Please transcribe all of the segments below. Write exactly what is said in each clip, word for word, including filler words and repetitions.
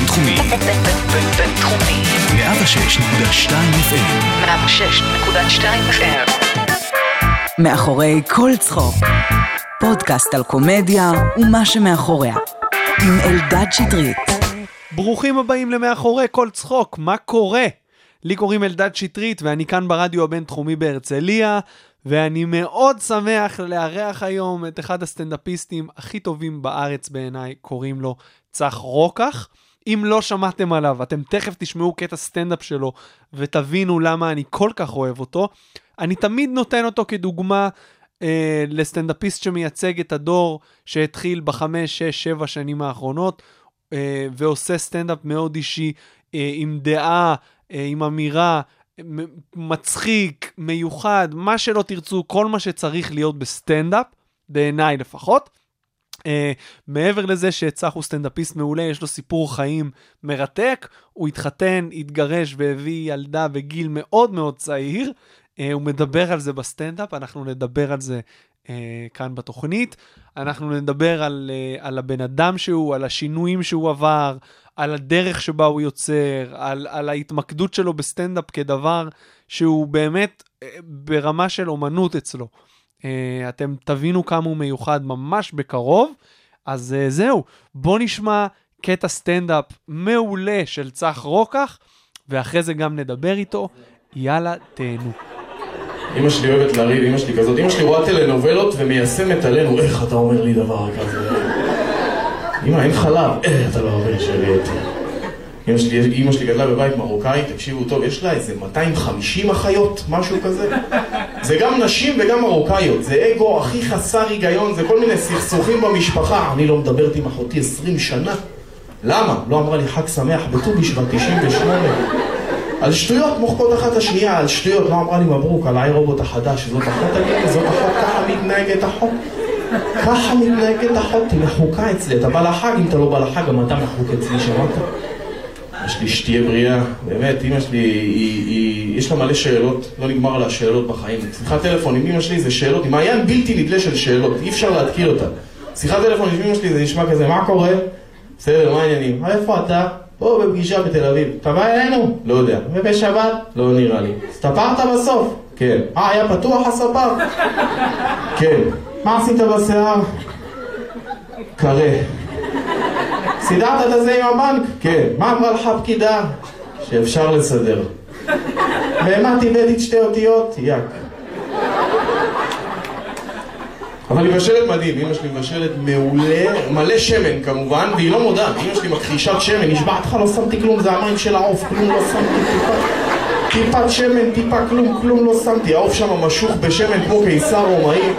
בינתחומי. בינתחומי. מאה ושש נקודה שתיים אף אם. מאה ושש נקודה שתיים אף אם. מאחורי כל צחוק. פודקאסט על קומדיה ומה שמאחוריה. עם אלדד שטרית. ברוכים הבאים למאחורי כל צחוק. מה קורה? לי קוראים אלדד שטרית ואני כאן ברדיו הבינתחומי בהרצליה, ואני מאוד שמח לארח היום את אחד הסטנדאפיסטים הכי טובים בארץ בעיניי, קוראים לו צח רוקח. אם לא שמעתם עליו, אתם תכף תשמעו קטע סטנדאפ שלו ותבינו למה אני כל כך אוהב אותו. אני תמיד נותן אותו כדוגמה אה, לסטנדאפיסט שמייצג את הדור שהתחיל בחמש, שש, שבע שנים האחרונות, אה, ועושה סטנדאפ מאוד אישי, אה, עם דעה, אה, עם אמירה, מצחיק, מיוחד, מה שלא תרצו, כל מה שצריך להיות בסטנדאפ, בעיניי לפחות. Uh, מעבר לזה שצח הוא סטנדאפיסט מעולה, יש לו סיפור חיים מרתק, הוא התחתן, התגרש והביא ילדה בגיל מאוד מאוד צעיר, uh, הוא מדבר על זה בסטנדאפ, אנחנו נדבר על זה uh, כאן בתוכנית, אנחנו נדבר על, uh, על הבן אדם שהוא, על השינויים שהוא עבר, על הדרך שבה הוא יוצר, על, על ההתמקדות שלו בסטנדאפ כדבר שהוא באמת uh, ברמה של אומנות אצלו. Uh, אתם תבינו כמה הוא מיוחד ממש בקרוב. אז uh, זהו, בוא נשמע קטע סטנדאפ מעולה של צח רוקח, ואחרי זה גם נדבר איתו. יאללה, תהנו. אמא שלי אוהבת לריב, אמא שלי כזאת, אמא שלי רואה טלנובלות ומיישמת עלינו. איך אתה אומר לי דבר כזה? אמא, אין חלב. איך אתה לא אומר שלי אותי? אמא שלי, אמא שלי גדלה בבית מרוקאי, תקשיבו טוב, יש לה איזה מאתיים וחמישים אחיות, משהו כזה. זה גם נשים וגם מרוקאיות, זה אגו הכי חסר היגיון, זה כל מיני סכסוכים במשפחה. אני לא מדברת עם אחותי עשרים שנה. למה? לא אמרה לי חג שמח בט"ו בשבט תשעים ושמונה. על שטויות מוחקות אחת השנייה, על שטויות. לא אמרה לי מברוק על האי רובוט החדש, זאת אחות תגיד, זאת אחות, ככה מתנהגת אחות. ככה מתנהגת אחות, היא מחוקה אצלי. אתה בא לחג, אם אתה לא בא לחג, גם אתה מחוק אצלי, שמעת? יש לי שתהיה בריאה, באמת, אמא שלי, היא, היא, יש לה מלא שאלות, לא נגמר לה שאלות בחיים. שיחת טלפון עם אמא שלי זה שאלות, עם מעיין בלתי נדלה של שאלות, אי אפשר להתקיל אותה. שיחת טלפון עם אמא שלי זה נשמע כזה, מה קורה? בסדר, מה העניינים? איפה אתה? פה בפגישה בתל אביב. אתה בא אלינו? לא יודע. ובשבת? לא נראה לי. הסתפרת בסוף? כן. אה, היה פתוח הספר? כן. מה עשית בשיער? קרה. סידרת את זה עם הבנק? כן. מה אמרה לך פקידה? שאפשר לסדר. ומה תיבד את שתי אותיות? יק. אבל היא מבשלת מדהים, אמא שלי מבשלת מעולה, מלא שמן כמובן, והיא לא מודה, אמא שלי מכחישת שמן, נשבעת לך, לא שמתי כלום, זה המים של העוף, כלום לא שמתי, טיפה, טיפת שמן, טיפה כלום, כלום לא שמתי, העוף שם משוך בשמן כמו קיסר רומאי.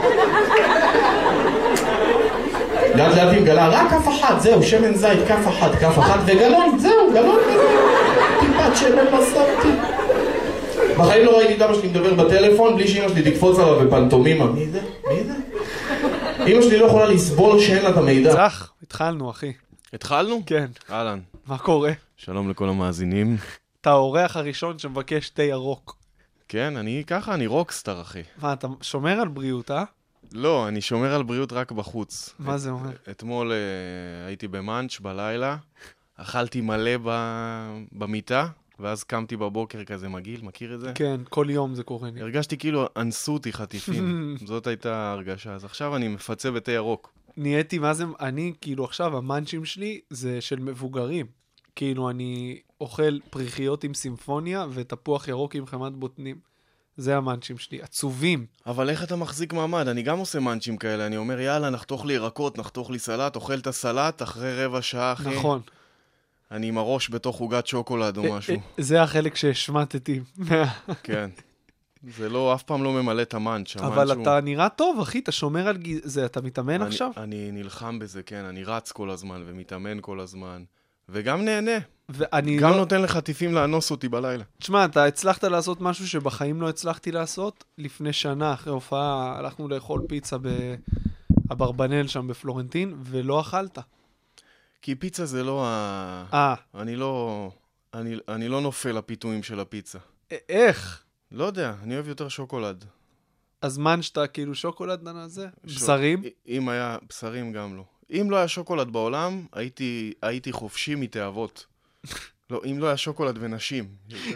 לאט לאט עם גלה, רק כף אחת, זהו, שמן זית, כף אחת, כף אחת, וגלון, זהו, גלון, טיפת שמן לא שמתי. בחיים לא ראיתי את אבא שלי מדבר בטלפון, בלי שאמא שלי תקפוץ עליו בפנטומימה. מי זה? מי זה? אמא שלי לא יכולה לסבול שאין לה את המידע. צח, התחלנו אחי. התחלנו? כן. אהלן. מה קורה? שלום לכל המאזינים. אתה האורח הראשון שמבקש תה ירוק. כן, אני ככה, אני רוקסטאר אחי. מה, אתה שומר על בריאות, אה? לא, אני שומר על בריאות רק בחוץ. מה זה אומר? אתמול uh, הייתי במאנץ' בלילה, אכלתי מלא ב- במיטה, ואז קמתי בבוקר כזה מגעיל, מכיר את זה? כן, כל יום זה קורה לי. הרגשתי כאילו אנסו אותי חטיפים, זאת הייתה הרגשה. אז עכשיו אני מפצה בתה ירוק. נהייתי, מה זה, אני כאילו עכשיו, המאנצ'ים שלי זה של מבוגרים. כאילו אני אוכל פריחיות עם סימפוניה ותפוח ירוק עם חמת בוטנים. זה המאנצ'ים שלי, עצובים. אבל איך אתה מחזיק מעמד? אני גם עושה מאנצ'ים כאלה, אני אומר יאללה, נחתוך לי ירקות, נחתוך לי סלט, אוכל את הסלט אחרי רבע שעה אחי. נכון. אני עם הראש בתוך עוגת שוקולד או משהו. זה החלק שהשמטתי. כן. זה לא, אף פעם לא ממלא את המאנץ'. אבל אתה נראה טוב, אחי, אתה שומר על זה, אתה מתאמן עכשיו? אני נלחם בזה, כן, אני רץ כל הזמן ומתאמן כל הזמן, וגם נהנה. גם נותן לחטיפים לאנוס אותי בלילה. תשמע, אתה הצלחת לעשות משהו שבחיים לא הצלחתי לעשות. לפני שנה, אחרי הופעה, הלכנו לאכול פיצה באברבנל שם בפלורנטין, ולא אכלת. כי פיצה זה לא ה... אה. אני לא... אני, אני לא נופל לפיתויים של הפיצה. איך? לא יודע, אני אוהב יותר שוקולד. אז מנשתה כאילו שוקולד ננה זה? בשרים? אם היה בשרים גם לא. אם לא היה שוקולד בעולם, הייתי, הייתי חופשי מתאבות. לא, אם לא היה שוקולד ונשים.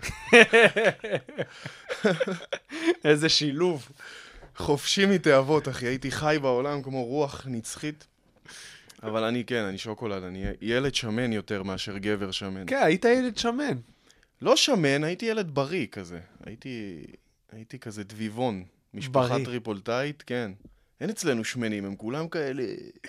איזה שילוב. חופשי מתאהבות, אחי. הייתי חי בעולם כמו רוח נצחית. אבל אני כן, אני שוקולד. אני ילד שמן יותר מאשר גבר שמן. כן, היית ילד שמן. לא שמן, הייתי ילד בריא כזה. הייתי, הייתי כזה דביבון. משפחה בריא. טריפולטאית, כן. אין אצלנו שמנים, הם כולם כאלה...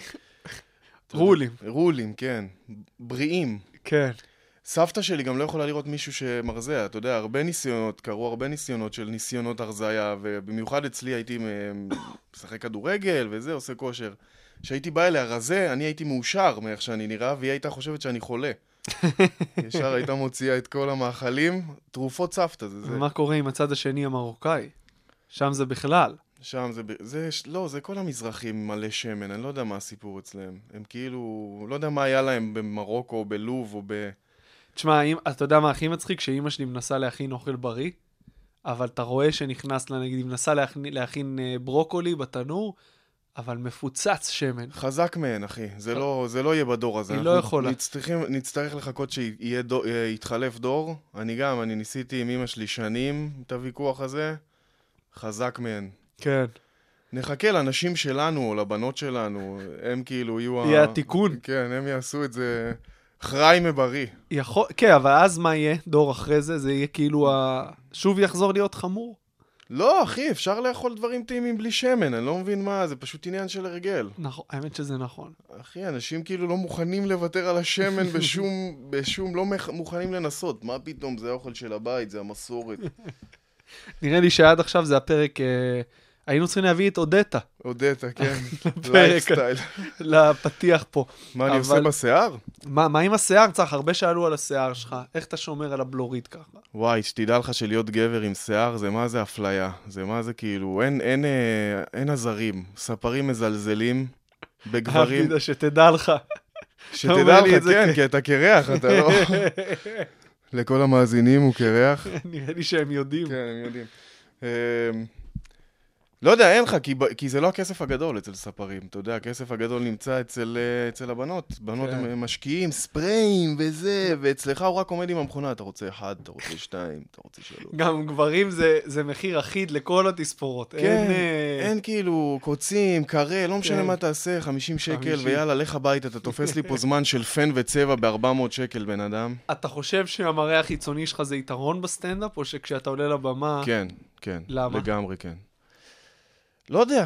רולים. רולים, כן. בריאים. כן. סבתא שלי גם לא יכולה לראות מישהו שמרזע. אתה יודע, הרבה ניסיונות, קרו הרבה ניסיונות של ניסיונות הרזיה, ובמיוחד אצלי הייתי משחק כדורגל וזה, עושה כושר. כשהייתי בא אליה רזה, אני הייתי מאושר מאיך שאני נראה, והיא הייתה חושבת שאני חולה. ישר הייתה מוציאה את כל המאכלים, תרופות סבתא. זה, זה. ומה קורה עם הצד השני המרוקאי? שם זה בכלל. שם זה, זה, לא, זה כל המזרחים מלא שמן, אני לא יודע מה הסיפור אצלם. הם כאילו, לא יודע מה היה להם במרוקו או בלוב או ב... תשמע, אתה יודע מה הכי מצחיק? שאמא שלי מנסה להכין אוכל בריא, אבל אתה רואה שנכנס לה, נגיד, היא מנסה להכין, להכין ברוקולי בתנור, אבל מפוצץ שמן. חזק מהן, אחי. זה לא, זה לא יהיה בדור הזה. היא לא יכולה. נצטרכים, נצטרך לחכות שיתחלף דור. אני גם, אני ניסיתי עם אמא שלי שנים את הוויכוח הזה. חזק מהן. כן. נחכה לאנשים שלנו או לבנות שלנו. הם כאילו יהיו... יהיה התיקון. כן, הם יעשו את זה חי מבריא. יכול... כן, אבל אז מה יהיה? דור אחרי זה? זה יהיה כאילו ה... שוב יחזור להיות חמור? לא, אחי, אפשר לאכול דברים טעימים בלי שמן, אני לא מבין מה, זה פשוט עניין של הרגל. נכון, האמת שזה נכון. אחי, אנשים כאילו לא מוכנים לוותר על השמן בשום, בשום, לא מוכנים לנסות. מה פתאום, זה האוכל של הבית, זה המסורת. נראה לי שעד עכשיו זה הפרק, אה, היינו צריכים להביא את אודטה. אודטה, כן. לפרק, לייפסטייל. לפתיח פה. מה אני אבל... עושה בשיער? מה, מה עם השיער? צריך, הרבה שאלו על השיער שלך. איך אתה שומר על הבלורית ככה? וואי, שתדע לך שלהיות גבר עם שיער, זה מה זה אפליה. זה מה זה כאילו, אין, אין, אין, אין עזרים. ספרים מזלזלים בגברים. אהבתי שתדע לך. שתדע לך, כן, כי אתה קרח, אתה לא... לכל המאזינים הוא קרח. נראה לי שהם יודעים. כן, הם יודעים. לא יודע, אין לך, כי, כי זה לא הכסף הגדול אצל ספרים. אתה יודע, הכסף הגדול נמצא אצל, אצל הבנות. בנות הם משקיעים, ספריים וזה, ואצלך הוא רק עומד עם המכונה. אתה רוצה אחד, אתה רוצה שתיים, אתה רוצה שלוש. גם גברים זה, זה מחיר אחיד לכל התספורות. כן, אין, אין כאילו קוצים, קרה, לא משנה כן. מה תעשה, חמישים שקל, חמישים. ויאללה, לך הביתה, אתה תופס לי פה זמן של פן וצבע ב-ארבע מאות שקל, בן אדם. אתה חושב שהמראה החיצוני שלך זה יתרון בסטנדאפ, או שכשאתה עולה לבמה... כן, כן. למה? לגמרי, כן. לא יודע.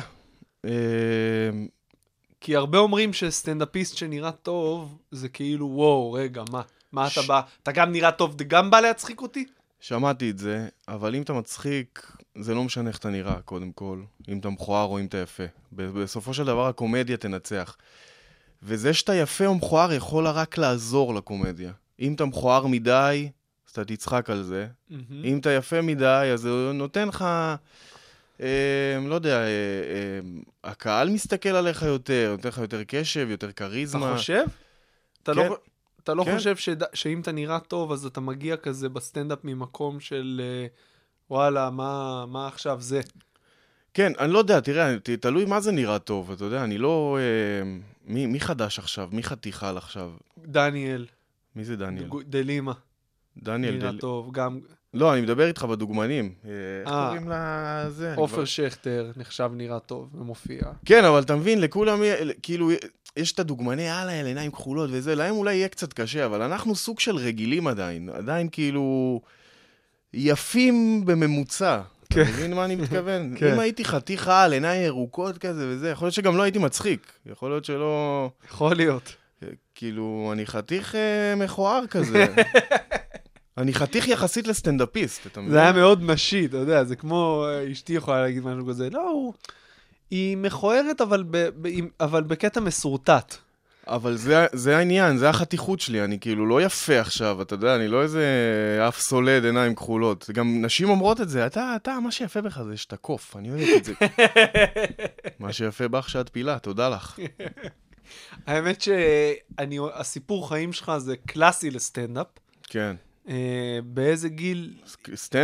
כי הרבה אומרים שסטנדאפיסט שנראה טוב, זה כאילו, וואו, רגע, מה? מה אתה בא? אתה גם נראה טוב, אתה גם בא להצחיק אותי? שמעתי את זה, אבל אם אתה מצחיק, זה לא משנה איך אתה נראה, קודם כל. אם אתה מכוער או אם אתה יפה. בסופו של דבר, הקומדיה תנצח. וזה שאתה יפה או מכוער יכול רק לעזור לקומדיה. אם אתה מכוער מדי, אז אתה תצחק על זה. אם אתה יפה מדי, אז זה נותן לך... לא יודע, הקהל מסתכל עליך יותר, נותן לך יותר קשב, יותר קריזמה. אתה חושב? אתה לא חושב שאם אתה נראה טוב, אז אתה מגיע כזה בסטנדאפ ממקום של וואלה, מה עכשיו זה? כן, אני לא יודע, תראה, תלוי מה זה נראה טוב, אתה יודע, אני לא... מי חדש עכשיו? מי חתיכה עכשיו? דניאל. מי זה דניאל? דלימה. דניאל נראה טוב, גם... לא, אני מדבר איתך בדוגמנים. איך קוראים לזה? עופר שכטר נחשב נראה טוב ומופיע. כן, אבל אתה מבין, לכולם, כאילו, יש את הדוגמני, הלאה, אל עיניים כחולות וזה, להם אולי יהיה קצת קשה, אבל אנחנו סוג של רגילים עדיין. עדיין כאילו יפים בממוצע. אתה מבין מה אני מתכוון? אם הייתי חתיכה על עיניים ירוקות כזה וזה, יכול להיות שגם לא הייתי מצחיק. יכול להיות שלא... יכול להיות. כאילו, אני חתיך מכוער כזה. אני חתיך יחסית לסטנדאפיסט, אתה מבין? זה היה מאוד נשי, אתה יודע, זה כמו, אשתי יכולה להגיד משהו כזה, לא, היא מכוערת, אבל, ב, ב, אבל בקטע מסורטט. אבל זה, זה העניין, זה החתיכות שלי, אני כאילו לא יפה עכשיו, אתה יודע, אני לא איזה אף סולד, עיניים כחולות. גם נשים אומרות את זה, אתה, אתה, מה שיפה בך זה שאתה קוף, אני אוהבת את זה. מה שיפה בך שאת פילה, תודה לך. האמת שהסיפור חיים שלך זה קלאסי לסטנדאפ. כן. באיזה גיל? סטנדאפ,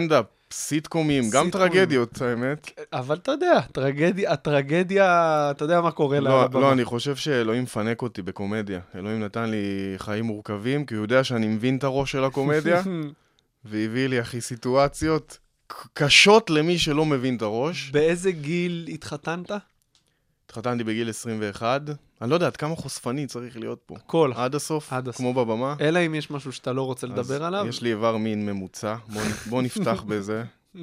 סיטקומים, גם סיטקומים. טרגדיות, האמת. אבל אתה יודע, טרגדיה, הטרגדיה, אתה יודע מה קורה לה. לא, לא, אני חושב שאלוהים מפנק אותי בקומדיה. אלוהים נתן לי חיים מורכבים, כי הוא יודע שאני מבין את הראש של הקומדיה, והביא לי, אחי, סיטואציות קשות למי שלא מבין את הראש. באיזה גיל התחתנת? התחתנתי בגיל עשרים ואחת. אני לא יודע, עד כמה חושפני צריך להיות פה. הכל. עד הסוף, עד הסוף. כמו בבמה. אלא אם יש משהו שאתה לא רוצה לדבר אז עליו. יש לי איבר מין ממוצע, בוא, בוא נפתח בזה.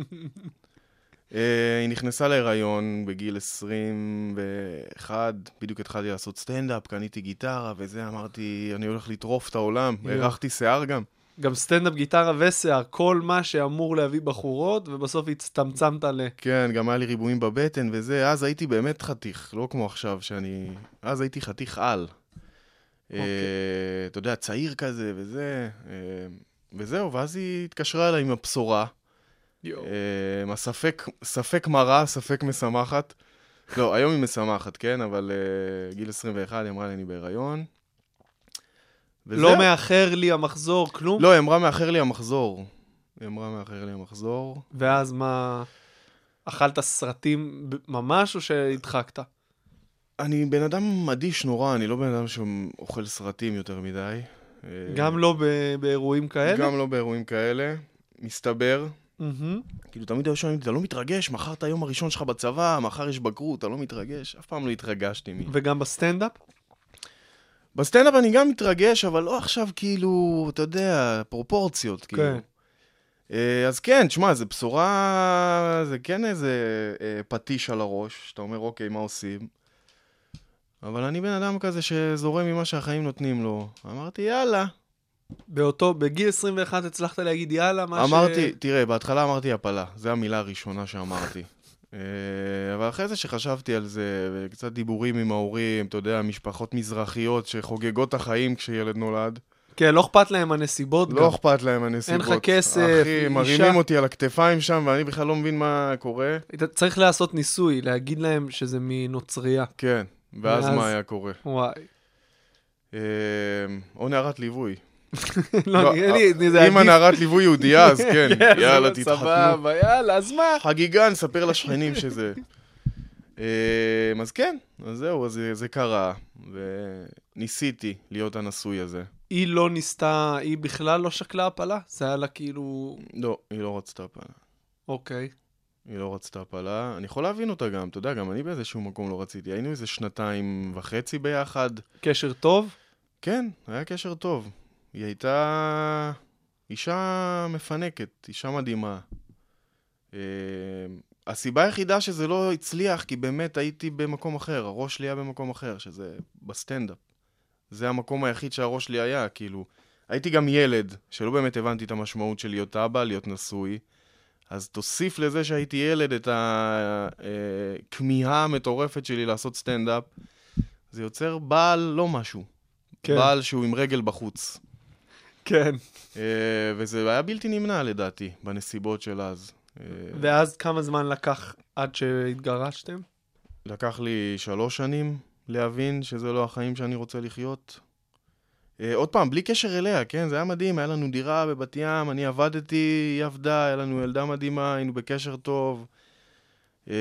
uh, היא נכנסה להיריון בגיל עשרים ואחת, בדיוק התחלתי לעשות סטנדאפ, קניתי גיטרה וזה, אמרתי, אני הולך לטרוף את העולם, הרחתי שיער גם. גם סטנדאפ, גיטרה ושיער, כל מה שאמור להביא בחורות, ובסוף הצטמצמת ל... כן, גם היה לי ריבועים בבטן וזה, אז הייתי באמת חתיך, לא כמו עכשיו שאני... אז הייתי חתיך על. Okay. Uh, אתה יודע, צעיר כזה וזה, uh, וזהו, ואז היא התקשרה אליי עם הבשורה. Uh, הספק, ספק מראה, ספק משמחת. לא, היום היא משמחת, כן? אבל uh, גיל עשרים ואחת, היא אמרה לי, אני בהיריון. לא מאחר לי המחזור, כלום? לא, היא אמרה מאחר לי המחזור. היא אמרה מאחר לי המחזור. ואז מה... אכלת סרטים ממש או שהדחקת? אני בן אדם מדיש נורא, אני לא בן אדם שאוכל סרטים יותר מדי. גם לא באירועים כאלה? גם לא באירועים כאלה. מסתבר. Mm-hmm. כאילו, תמיד היו שואלים, אתה לא מתרגש, מחר את היום הראשון שלך בצבא, מחר יש בגרות, אתה לא מתרגש. אף פעם לא התרגשתי מי. וגם בסטנדאפ? בסטנדאפ אני גם מתרגש, אבל לא עכשיו כאילו, אתה יודע, פרופורציות, כאילו. כן. אז כן, תשמע, זה בשורה, זה כן איזה פטיש על הראש, שאתה אומר, אוקיי, מה עושים? אבל אני בן אדם כזה שזורם ממה שהחיים נותנים לו. אמרתי, יאללה. באותו, בגיל עשרים ואחת הצלחת להגיד יאללה, מה אמרתי, ש... תראה, בהתחלה אמרתי הפלה, זו המילה הראשונה שאמרתי. אבל אחרי זה שחשבתי על זה, וקצת דיבורים עם ההורים, אתה יודע, משפחות מזרחיות שחוגגות החיים כשילד נולד. כן, לא אכפת להם הנסיבות גם. לא אכפת להם הנסיבות. אין לך כסף, אחי, אישה. מרימים אותי על הכתפיים שם, ואני בכלל לא מבין מה קורה. צריך לעשות ניסוי, להגיד להם שזה מנוצריה. כן, ואז ואז- מה היה קורה? וואי. אה, או נערת ליווי. לא, נראה לי, זה אם הנערת ליווי יהודייה, אז כן, כן, יאללה, זה תתחתנו. סבבה, יאללה, אז מה? חגיגה, נספר לשכנים שזה. אה, אז כן, אז זהו, אז זה- זה קרה, וניסיתי להיות הנשוי הזה. היא לא ניסתה, היא בכלל לא שקלה הפלה? זה היה לה כאילו... לא, היא לא רצתה הפלה. אוקיי. היא לא רצתה הפלה. אני יכול להבין אותה גם, אתה יודע, גם אני באיזשהו מקום לא רציתי. היינו איזה שנתיים וחצי ביחד. קשר טוב? כן, היה קשר טוב. היא הייתה אישה מפנקת, אישה מדהימה. אה, הסיבה היחידה שזה לא הצליח, כי באמת הייתי במקום אחר, הראש שלי היה במקום אחר, שזה בסטנדאפ. זה המקום היחיד שהראש שלי היה, כאילו. הייתי גם ילד, שלא באמת הבנתי את המשמעות של להיות אבא, להיות נשוי. אז תוסיף לזה שהייתי ילד את הכמיהה המטורפת שלי לעשות סטנדאפ. זה יוצר בעל לא משהו. כן. בעל שהוא עם רגל בחוץ. כן. אה, וזה היה בלתי נמנע לדעתי, בנסיבות של אז. אה, ואז כמה זמן לקח עד שהתגרשתם? לקח לי שלוש שנים להבין שזה לא החיים שאני רוצה לחיות. אה, עוד פעם, בלי קשר אליה, כן? זה היה מדהים, היה לנו דירה בבת ים, אני עבדתי, היא עבדה, היה לנו ילדה מדהימה, היינו בקשר טוב. אה,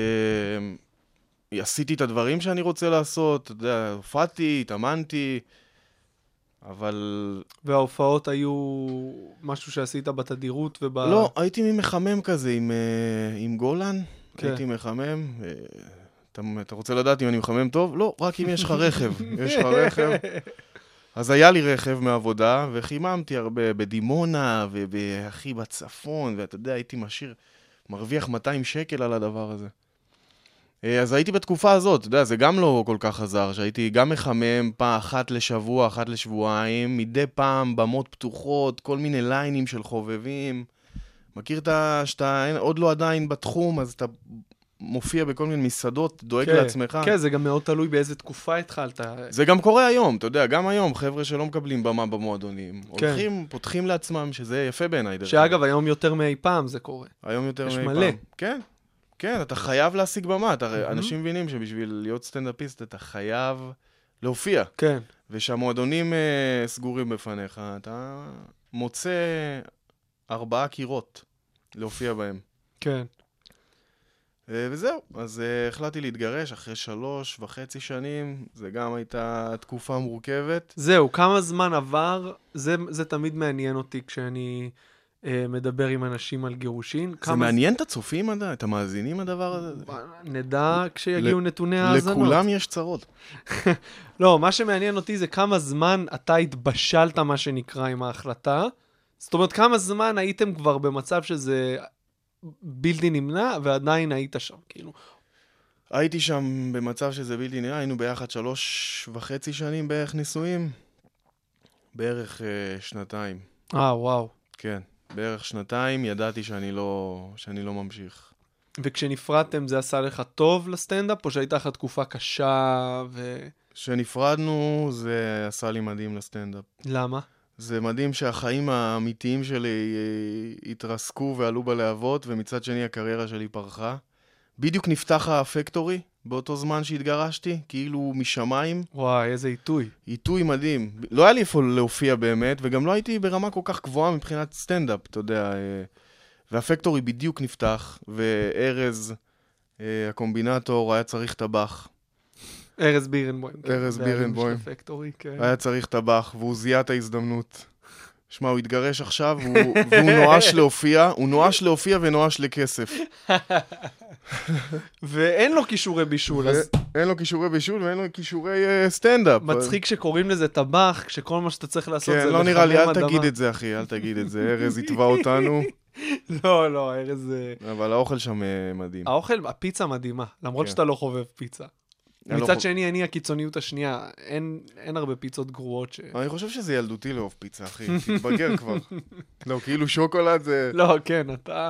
עשיתי את הדברים שאני רוצה לעשות, אתה יודע, הופעתי, התאמנתי, אבל... וההופעות היו משהו שעשית בתדירות וב... לא, הייתי ממחמם כזה עם, אה, עם גולן, כן. הייתי מחמם. אה, אתה, אתה רוצה לדעת אם אני מחמם טוב? לא, רק אם יש לך רכב. יש לך רכב. אז היה לי רכב מעבודה, וחיממתי הרבה בדימונה, ובאחי בצפון, ואתה יודע, הייתי משאיר, מרוויח מאתיים שקל על הדבר הזה. אז הייתי בתקופה הזאת, אתה יודע, זה גם לא כל כך עזר, שהייתי גם מחמם פעם אחת לשבוע, אחת לשבועיים, מדי פעם במות פתוחות, כל מיני ליינים של חובבים. מכיר את ה... שאתה עוד לא עדיין בתחום, אז אתה מופיע בכל מיני מסעדות, דואג כן, לעצמך. כן, זה גם מאוד תלוי באיזה תקופה התחלת. זה גם קורה היום, אתה יודע, גם היום, חבר'ה שלא מקבלים במה במועדונים, כן. הולכים, פותחים לעצמם, שזה יפה בעיניי. דרך שאגב, אגב. היום יותר מאי פעם זה קורה. היום יותר יש מאי מלא. פעם. כן, כן, אתה חייב להשיג במה. אתה, אנשים מבינים שבשביל להיות סטנדאפיסט, אתה חייב להופיע. כן. ושהמועדונים אה, סגורים בפניך, אתה מוצא ארבעה קירות להופיע בהם. כן. אה, וזהו, אז אה, החלטתי להתגרש אחרי שלוש וחצי שנים, זה גם הייתה תקופה מורכבת. זהו, כמה זמן עבר, זה, זה תמיד מעניין אותי כשאני אה, מדבר עם אנשים על גירושין. זה כמה מעניין את הצופים, עד- את המאזינים הדבר הזה? נדע כשיגיעו נתוני האזנות. לכולם יש צרות. לא, מה שמעניין אותי זה כמה זמן אתה התבשלת, מה שנקרא, עם ההחלטה. זאת אומרת, כמה זמן הייתם כבר במצב שזה בלתי נמנע, ועדיין היית שם, כאילו. הייתי שם במצב שזה בלתי נראה, היינו ביחד שלוש וחצי שנים בערך נישואים. בערך אה, שנתיים. אה, וואו. כן, בערך שנתיים ידעתי שאני לא, שאני לא ממשיך. וכשנפרדתם זה עשה לך טוב לסטנדאפ, או שהייתה לך תקופה קשה ו... כשנפרדנו זה עשה לי מדהים לסטנדאפ. למה? זה מדהים שהחיים האמיתיים שלי אה, התרסקו ועלו בלהבות, ומצד שני הקריירה שלי פרחה. בדיוק נפתח הפקטורי באותו זמן שהתגרשתי, כאילו משמיים. וואי, איזה עיתוי. עיתוי מדהים. לא היה לי איפה להופיע באמת, וגם לא הייתי ברמה כל כך גבוהה מבחינת סטנדאפ, אתה יודע. אה, והפקטורי בדיוק נפתח, וארז, אה, הקומבינטור, היה צריך טבח. ארז בירנבוים. ארז בירנבוים. פקטורי, כן. היה צריך טבח, והוא זיהה את ההזדמנות. שמע, הוא התגרש עכשיו, והוא, והוא נואש להופיע, הוא נואש להופיע ונואש לכסף. ואין לו כישורי בישול, אז אין לו כישורי בישול ואין לו כישורי uh, סטנדאפ. מצחיק שקוראים לזה טבח, כשכל מה שאתה צריך לעשות כן, זה לא נראה לי, לחמם אל אדמה. תגיד את זה, אחי, אל תגיד את זה. ארז יתבע אותנו, לא, לא, ארז... אה, אבל האוכל שם אה, מדהים. האוכל, הפיצה מדהימה, למרות כן. שאתה לא חובב פיצה. אני לא מצד חוב- שני, אני הקיצוניות השנייה, אין אין הרבה פיצות גרועות ש... אני חושב שזה ילדותי לאהוב פיצה, אחי. תתבגר כבר. לא, כאילו שוקולד זה... לא, כן, אתה...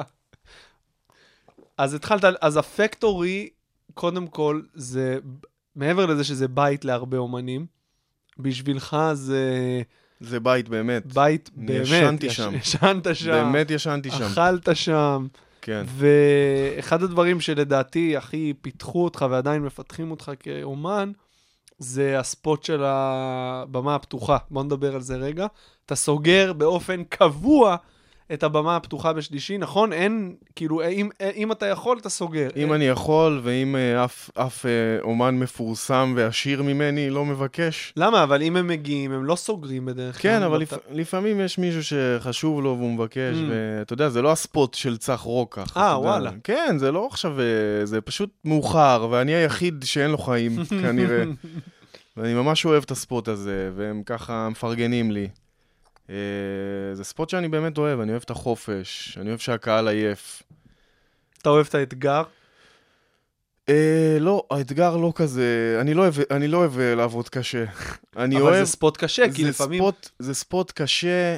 אז התחלת, אז הפקטורי, קודם כל, זה, מעבר לזה שזה בית להרבה אומנים, בשבילך זה זה בית באמת. בית אני באמת. ישנתי יש- שם. ישנת שם. באמת ישנתי שם. אכלת שם. כן. ואחד הדברים שלדעתי הכי פיתחו אותך ועדיין מפתחים אותך כאומן, זה הספוט של הבמה הפתוחה. בוא נדבר על זה רגע. אתה סוגר באופן קבוע את הבמה הפתוחה בשלישי, נכון? אין, כאילו, אם, אם אתה יכול, אתה סוגר. אם אני יכול, ואם אה, אף, אף אה, אומן מפורסם ועשיר ממני לא מבקש. למה? אבל אם הם מגיעים, הם לא סוגרים בדרך כלל. כן, אבל בת- לפ... לפעמים יש מישהו שחשוב לו והוא מבקש, Mm. ואתה יודע, זה לא הספוט של צח רוק ככה. אה, אתה יודע. וואלה. כן, זה לא עכשיו, אה, זה פשוט מאוחר, ואני היחיד שאין לו חיים, כנראה. ואני ממש אוהב את הספוט הזה, והם ככה מפרגנים לי. Uh, זה ספוט שאני באמת אוהב, אני אוהב את החופש, אני אוהב שהקהל עייף. אתה אוהב את האתגר? Uh, לא, האתגר לא כזה, אני לא אוהב, אני לא אוהב uh, לעבוד קשה. אני אבל אוהב, זה ספוט קשה, כי זה לפעמים... ספוט, זה ספוט קשה,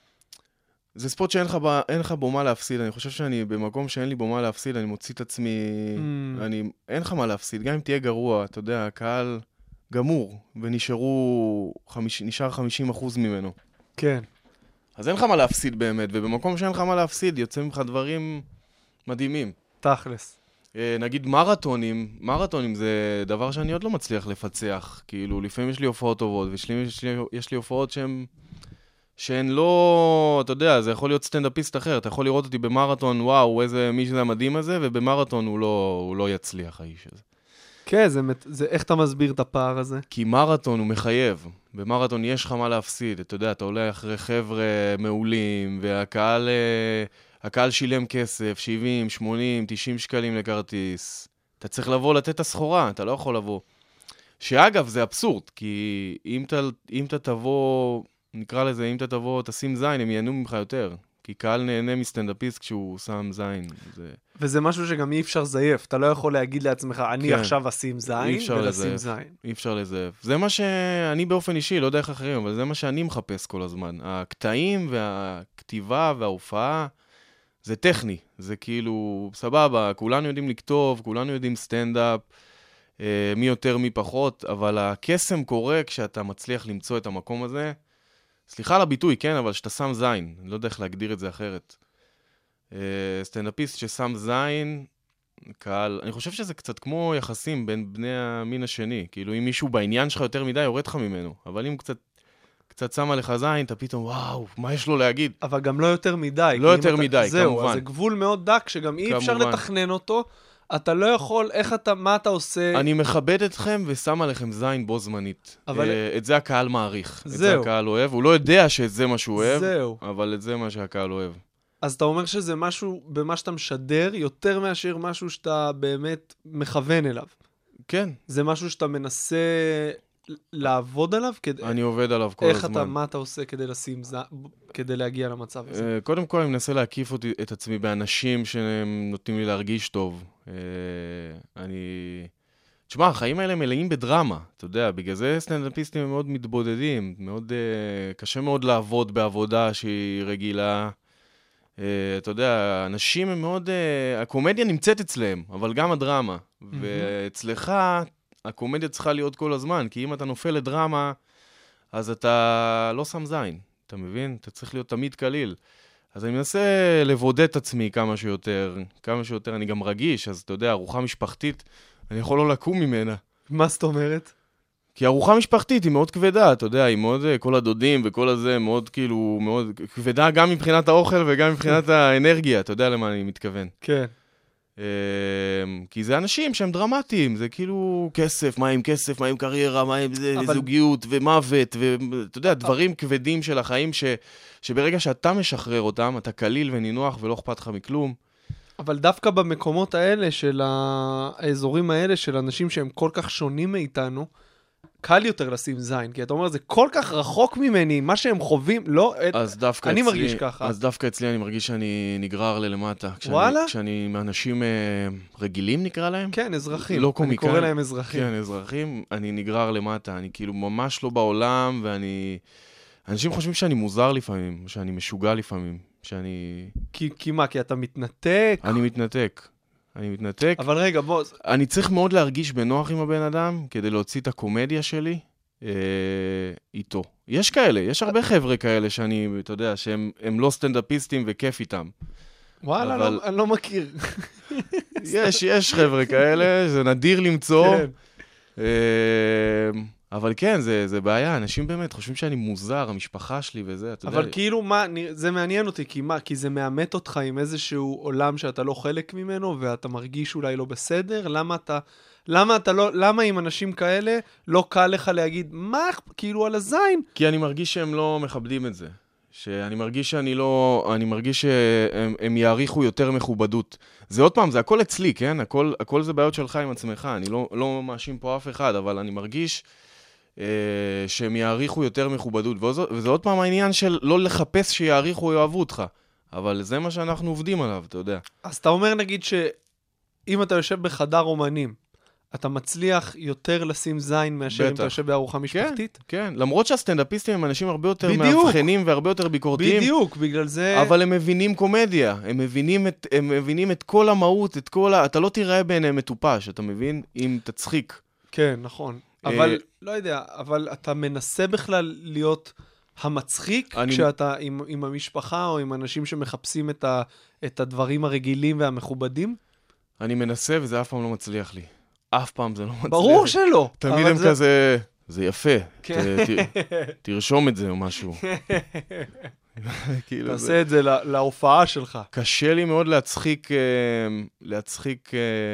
זה ספוט שאין לך, ב- אין לך במה להפסיד, אני חושב שאני במקום שאין לי במה להפסיד, אני מוציא את עצמי, Mm. אני, אין לך מה להפסיד, גם אם תהיה גרוע, אתה יודע, הקהל גמור, ונשארו, חמיש, נשאר חמישים אחוז ממנו. כן. אז אין לך מה להפסיד באמת, ובמקום שאין לך מה להפסיד, יוצא ממך דברים מדהימים. תכלס. אה, נגיד מרתונים, מרתונים זה דבר שאני עוד לא מצליח לפצח. כאילו, לפעמים יש לי הופעות טובות, ויש לי, יש לי, יש לי הופעות שהן, שהן לא, אתה יודע, זה יכול להיות סטנדאפיסט אחר. אתה יכול לראות אותי במרתון, וואו, איזה מי שזה המדהים הזה, ובמרתון הוא לא, הוא לא יצליח, האיש הזה. כן, זה, מת- זה, איך אתה מסביר את הפער הזה? כי מרתון הוא מחייב. במרתון יש לך מה להפסיד. אתה יודע, אתה עולה אחרי חבר'ה מעולים, והקהל אה, הקהל שילם כסף, שבעים, שמונים, תשעים שקלים לכרטיס. אתה צריך לבוא לתת את הסחורה, אתה לא יכול לבוא. שאגב, זה אבסורד, כי אם אתה, אם אתה תבוא, נקרא לזה, אם אתה תבוא, תשים זין, הם ייהנו ממך יותר. כי קהל נהנה מסטנדאפיסט כשהוא שם זין. זה... וזה משהו שגם אי אפשר זייף. אתה לא יכול להגיד לעצמך, אני כן. עכשיו אשים זין, אי אפשר ולשים לזייף. זין. אי אפשר לזהב. זה מה שאני באופן אישי, לא יודע איך אחרים, אבל זה מה שאני מחפש כל הזמן. הקטעים והכתיבה וההופעה, זה טכני. זה כאילו, סבבה, כולנו יודעים לכתוב, כולנו יודעים סטנדאפ, אה, מי יותר מי פחות, אבל הקסם קורה כשאתה מצליח למצוא את המקום הזה. סליחה על הביטוי, כן, אבל שאתה שם זין. אני לא יודע איך להגדיר את זה אחרת. אה, סטנדאפיסט ששם זין, קהל, אני חושב שזה קצת כמו יחסים בין בני המין השני. כאילו, אם מישהו בעניין שלך יותר מדי, יורד לך ממנו. אבל אם קצת קצת שמה לך זין, אתה פתאום, וואו, מה יש לו להגיד? אבל גם לא יותר מדי. לא יותר מדי, זהו, כמובן. אז זה גבול מאוד דק, שגם אי אפשר לתכנן אותו, אתה לא יכול, איך אתה, מה אתה עושה? אני מכבד אתכם ושם עליכם זין בו זמנית. אבל... את זה הקהל מעריך. זהו. את זה הקהל אוהב. הוא לא יודע שזה מה שהוא אוהב, זהו. אבל את זה מה שהקהל אוהב. אז אתה אומר שזה משהו, במה שאתה משדר, יותר מאשר משהו שאתה באמת מכוון אליו. כן. זה משהו שאתה מנסה לעבוד עליו? כדי... אני עובד עליו כל איך הזמן. אתה, מה אתה עושה כדי לשים, כדי להגיע למצב הזה? קודם כל, אני מנסה להקיף אותי, את עצמי באנשים שנותנים לי להרגיש טוב. אני... תשמע, החיים האלה מלאים בדרמה, אתה יודע, בגלל זה סטנדאפיסטים הם מאוד מתבודדים, מאוד, uh, קשה מאוד לעבוד בעבודה שהיא רגילה. Uh, אתה יודע, אנשים הם מאוד, uh, הקומדיה נמצאת אצלם, אבל גם הדרמה. Mm-hmm. ואצלך, הקומדיה צריכה להיות כל הזמן, כי אם אתה נופל לדרמה, אז אתה לא שם זין, אתה מבין? אתה צריך להיות תמיד קליל. אז אני מנסה לבודד את עצמי כמה שיותר, כמה שיותר, אני גם רגיש, אז אתה יודע, ארוחה משפחתית, אני יכול לא לקום ממנה. מה זאת אומרת? כי ארוחה משפחתית היא מאוד כבדה, אתה יודע, היא מאוד, כל הדודים וכל הזה, מאוד כאילו, מאוד כבדה גם מבחינת האוכל וגם מבחינת האנרגיה, אתה יודע למה אני מתכוון. כן. כי זה אנשים שהם דרמטיים, זה כאילו כסף, מה עם כסף, מה עם קריירה, מה עם אבל... זוגיות ומוות, ואתה יודע, דברים כבדים של החיים ש... שברגע שאתה משחרר אותם, אתה קליל ונינוח ולא אכפת לך מכלום. אבל דווקא במקומות האלה, של האזורים האלה, של אנשים שהם כל כך שונים מאיתנו, קל יותר לשים זין, כי אתה אומר, זה כל כך רחוק ממני, מה שהם חווים, לא... אז דווקא אני אצלי, מרגיש ככה. אז דווקא אצלי אני מרגיש שאני נגרר ללמטה. כשאני, וואלה? כשאני עם אנשים אה, רגילים נקרא להם? כן, אזרחים. לא קומיקאים. אני קורא להם אזרחים. כן, אזרחים. אני נגרר למטה. אני כאילו ממש לא בעולם, ואני... אנשים חושבים שאני מוזר לפעמים, שאני משוגע לפעמים, שאני... כי, כי מה? כי אתה מתנתק? אני מתנתק. אני מתנתק. אבל רגע, בוא... אני צריך מאוד להרגיש בנוח עם הבן אדם, כדי להוציא את הקומדיה שלי אה, איתו. יש כאלה, יש הרבה חבר'ה כאלה שאני, אתה יודע, שהם הם לא סטנדאפיסטים וכיף איתם. וואלה, אבל... לא, אני לא מכיר. יש, יש חבר'ה כאלה, זה נדיר למצוא. כן. אה, אבל כן, זה, זה בעיה, אנשים באמת חושבים שאני מוזר, המשפחה שלי וזה, אתה יודע. אבל כאילו, מה, זה מעניין אותי, כי מה, כי זה מאמת אותך עם איזשהו עולם שאתה לא חלק ממנו, ואתה מרגיש אולי לא בסדר, למה אתה, למה אתה לא, למה עם אנשים כאלה לא קל לך להגיד, מה, כאילו על הזין? כי אני מרגיש שהם לא מכבדים את זה. שאני מרגיש שאני לא, אני מרגיש שהם הם יעריכו יותר מכובדות. זה עוד פעם, זה הכל אצלי, כן? הכל, הכל זה בעיות שלך עם עצמך, אני לא, לא מאשים פה אף אחד, אבל אני מרגיש שהם יעריכו יותר מכובדות, וזה עוד פעם העניין של לא לחפש שיעריכו או יאהבו אותך, אבל זה מה שאנחנו עובדים עליו, אתה יודע. אז אתה אומר נגיד שאם אתה יושב בחדר אומנים, אתה מצליח יותר לשים זין מאשר אם אתה יושב בארוחה משפחתית? כן, כן, למרות שהסטנדאפיסטים הם אנשים הרבה יותר מאבחנים והרבה יותר ביקורתיים. בדיוק, בגלל זה... אבל הם מבינים קומדיה, הם מבינים את, הם מבינים את כל המהות, את כל ה... אתה לא תראה בעיניהם מטופש, אתה מבין? אם תצחיק. כן, נכון. אבל, לא יודע, אבל אתה מנסה בכלל להיות המצחיק אני... כשאתה עם, עם המשפחה או עם אנשים שמחפשים את, ה, את הדברים הרגילים והמכובדים? אני מנסה וזה אף פעם לא מצליח לי. אף פעם זה לא מצליח. ברור שלא. תמיד הם זה... כזה, זה יפה. כן. ת, ת, תרשום את זה או משהו. כאילו תעשה זה... את זה לה, להופעה שלך. קשה לי מאוד להצחיק, להצחיק...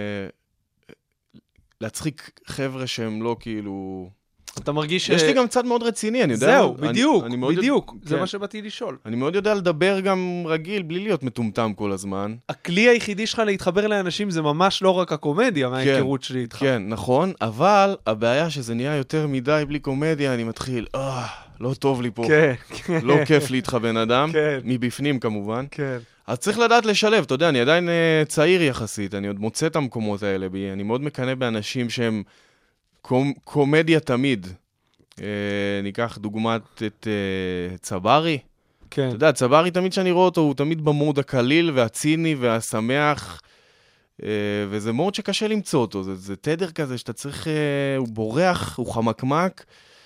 להצחיק חבר'ה שהם לא כאילו... אתה מרגיש ש... יש לי גם צד מאוד רציני, אני יודע... זהו, בדיוק, אני, אני בדיוק. יודע... זה כן. מה שבאתי לשאול. אני מאוד יודע לדבר גם רגיל, בלי להיות מטומטם כל הזמן. הכלי היחידי שלך להתחבר לאנשים זה ממש לא רק הקומדיה, מההיכרות כן, שלי איתך. כן, נכון, אבל הבעיה שזה נהיה יותר מדי בלי קומדיה, אני מתחיל, אה, לא טוב לי פה. כן, כן. לא כיף לי איתך בן אדם, כן. מבפנים כמובן. כן. אז צריך לדעת לשלב, אתה יודע, אני עדיין uh, צעיר יחסית, אני עוד מוצא את המקומות האלה, בי, אני מאוד מקנא באנשים שהם קומ, קומדיה תמיד. Uh, ניקח דוגמת את uh, צברי. כן. אתה יודע, צברי תמיד שאני רואה אותו, הוא תמיד במוד הקליל והציני והשמח, uh, וזה מאוד שקשה למצוא אותו, זה, זה תדר כזה שאתה צריך, uh, הוא בורח, הוא חמקמק,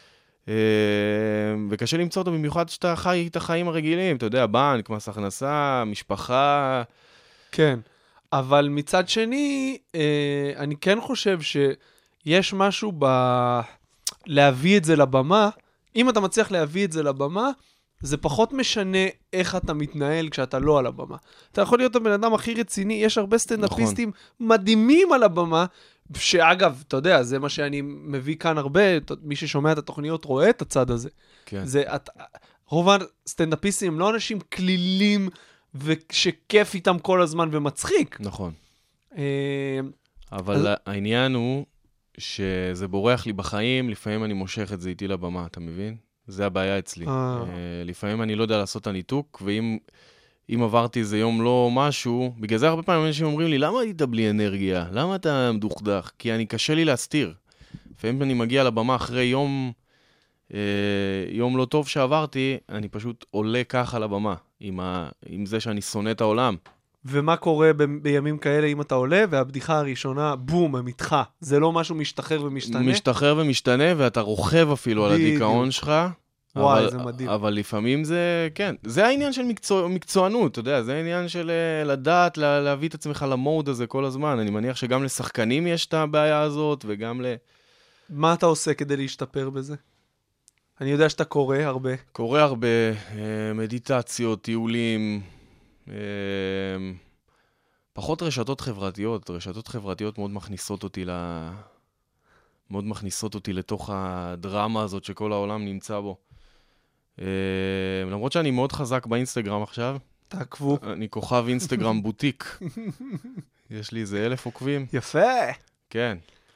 וקשה למצוא אותו במיוחד שאתה חי את החיים הרגילים, אתה יודע, בנק, מס הכנסה, משפחה. כן, אבל מצד שני, אני כן חושב שיש משהו ב... להביא את זה לבמה, אם אתה מצליח להביא את זה לבמה, זה פחות משנה איך אתה מתנהל כשאתה לא על הבמה. אתה יכול להיות הבן אדם הכי רציני, יש הרבה סטנדאפיסטים נכון. מדהימים על הבמה, שאגב, אתה יודע, זה מה שאני מביא כאן הרבה, מי ששומע את התוכניות רואה את הצד הזה. כן. זה, את, רוב הסטנדאפיסטים הם לא אנשים כלילים, ושכיף איתם כל הזמן ומצחיק. נכון. אה, אבל אז... העניין הוא שזה בורח לי בחיים, לפעמים אני מושך את זה איתי לבמה, אתה מבין? זה הבעיה אצלי. אה. לפעמים אני לא יודע לעשות את הניתוק, ואם אם עברתי איזה יום לא משהו, בגלל זה הרבה פעמים אנשים אומרים לי, למה היית בלי אנרגיה? למה אתה מדוכדך? כי אני קשה לי להסתיר. לפעמים אני מגיע לבמה אחרי יום, אה, יום לא טוב שעברתי, אני פשוט עולה ככה לבמה, עם, ה, עם זה שאני שונא את העולם. ומה קורה ב- בימים כאלה אם אתה עולה, והבדיחה הראשונה, בום, הם איתך. זה לא משהו משתחרר ומשתנה? משתחרר ומשתנה, ואתה רוכב אפילו על הדיכאון שלך. וואי, אבל, זה מדהים. אבל לפעמים זה, כן, זה העניין של מקצוע, מקצוענות, אתה יודע, זה העניין של לדעת, לה, להביא את עצמך למוד הזה כל הזמן. אני מניח שגם לשחקנים יש את הבעיה הזאת, וגם ל... מה אתה עושה כדי להשתפר בזה? אני יודע שאתה קורא הרבה. קורא הרבה, מדיטציות, טיולים, פחות רשתות חברתיות. רשתות חברתיות מאוד מכניסות אותי ל... מאוד מכניסות אותי לתוך הדרמה הזאת שכל העולם נמצא בו. למרות שאני מאוד חזק באינסטגרם עכשיו. תעקבו. אני כוכב אינסטגרם בוטיק. יש לי איזה אלף עוקבים. יפה. כן.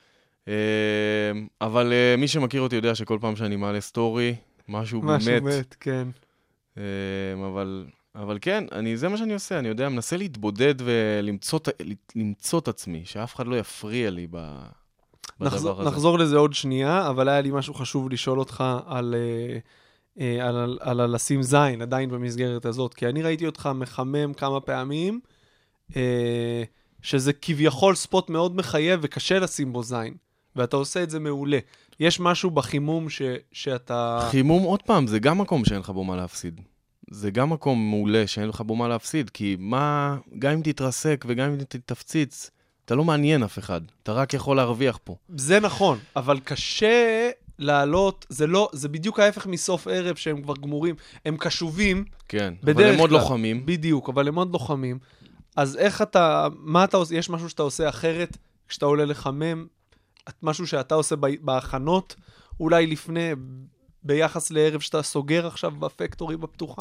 אבל מי שמכיר אותי יודע שכל פעם שאני מעלה סטורי, משהו באמת. משהו מת, כן. אבל, אבל כן, אני, זה מה שאני עושה. אני יודע, מנסה להתבודד ולמצוא למצוא את עצמי, שאף אחד לא יפריע לי ב... נחזור, נחזור לזה עוד שנייה, אבל היה לי משהו חשוב לשאול אותך על, על, על, על, על לשים זין, עדיין במסגרת הזאת, כי אני ראיתי אותך מחמם כמה פעמים, שזה כביכול ספוט מאוד מחייב וקשה לשים בו זין, ואתה עושה את זה מעולה. יש משהו בחימום ש, שאתה... חימום, עוד פעם, זה גם מקום שאין לך בו מה להפסיד. זה גם מקום מעולה שאין לך בו מה להפסיד, כי מה, גם אם תתרסק וגם אם תתפציץ, אתה לא מעניין אף אחד, אתה רק יכול להרוויח פה. זה נכון, אבל קשה לעלות, זה לא, זה בדיוק ההפך מסוף ערב שהם כבר גמורים, הם קשובים. כן, אבל הם עוד לוחמים. בדיוק, אבל הם עוד לוחמים. אז איך אתה, מה אתה עושה, יש משהו שאתה עושה אחרת כשאתה עולה לחמם, משהו שאתה עושה בהכנות, אולי לפני, ביחס לערב שאתה סוגר עכשיו בפקטורי בפתוחה?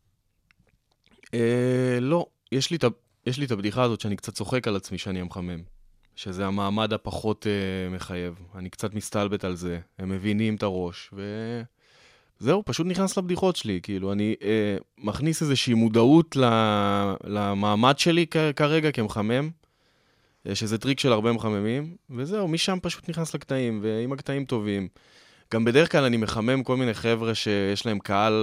אה, לא, יש לי את יש לי את הבדיחה הזאת שאני קצת צוחק על עצמי שאני המחמם. שזה המעמד הפחות uh, מחייב. אני קצת מסתלבט על זה. הם מבינים את הראש. וזהו, פשוט נכנס לבדיחות שלי. כאילו, אני uh, מכניס איזושהי מודעות למעמד שלי כ- כרגע כמחמם. uh, שזה טריק של הרבה מחממים. וזהו, משם פשוט נכנס לקטעים. ועם הקטעים טובים. גם בדרך כלל אני מחמם כל מיני חבר'ה שיש להם קהל,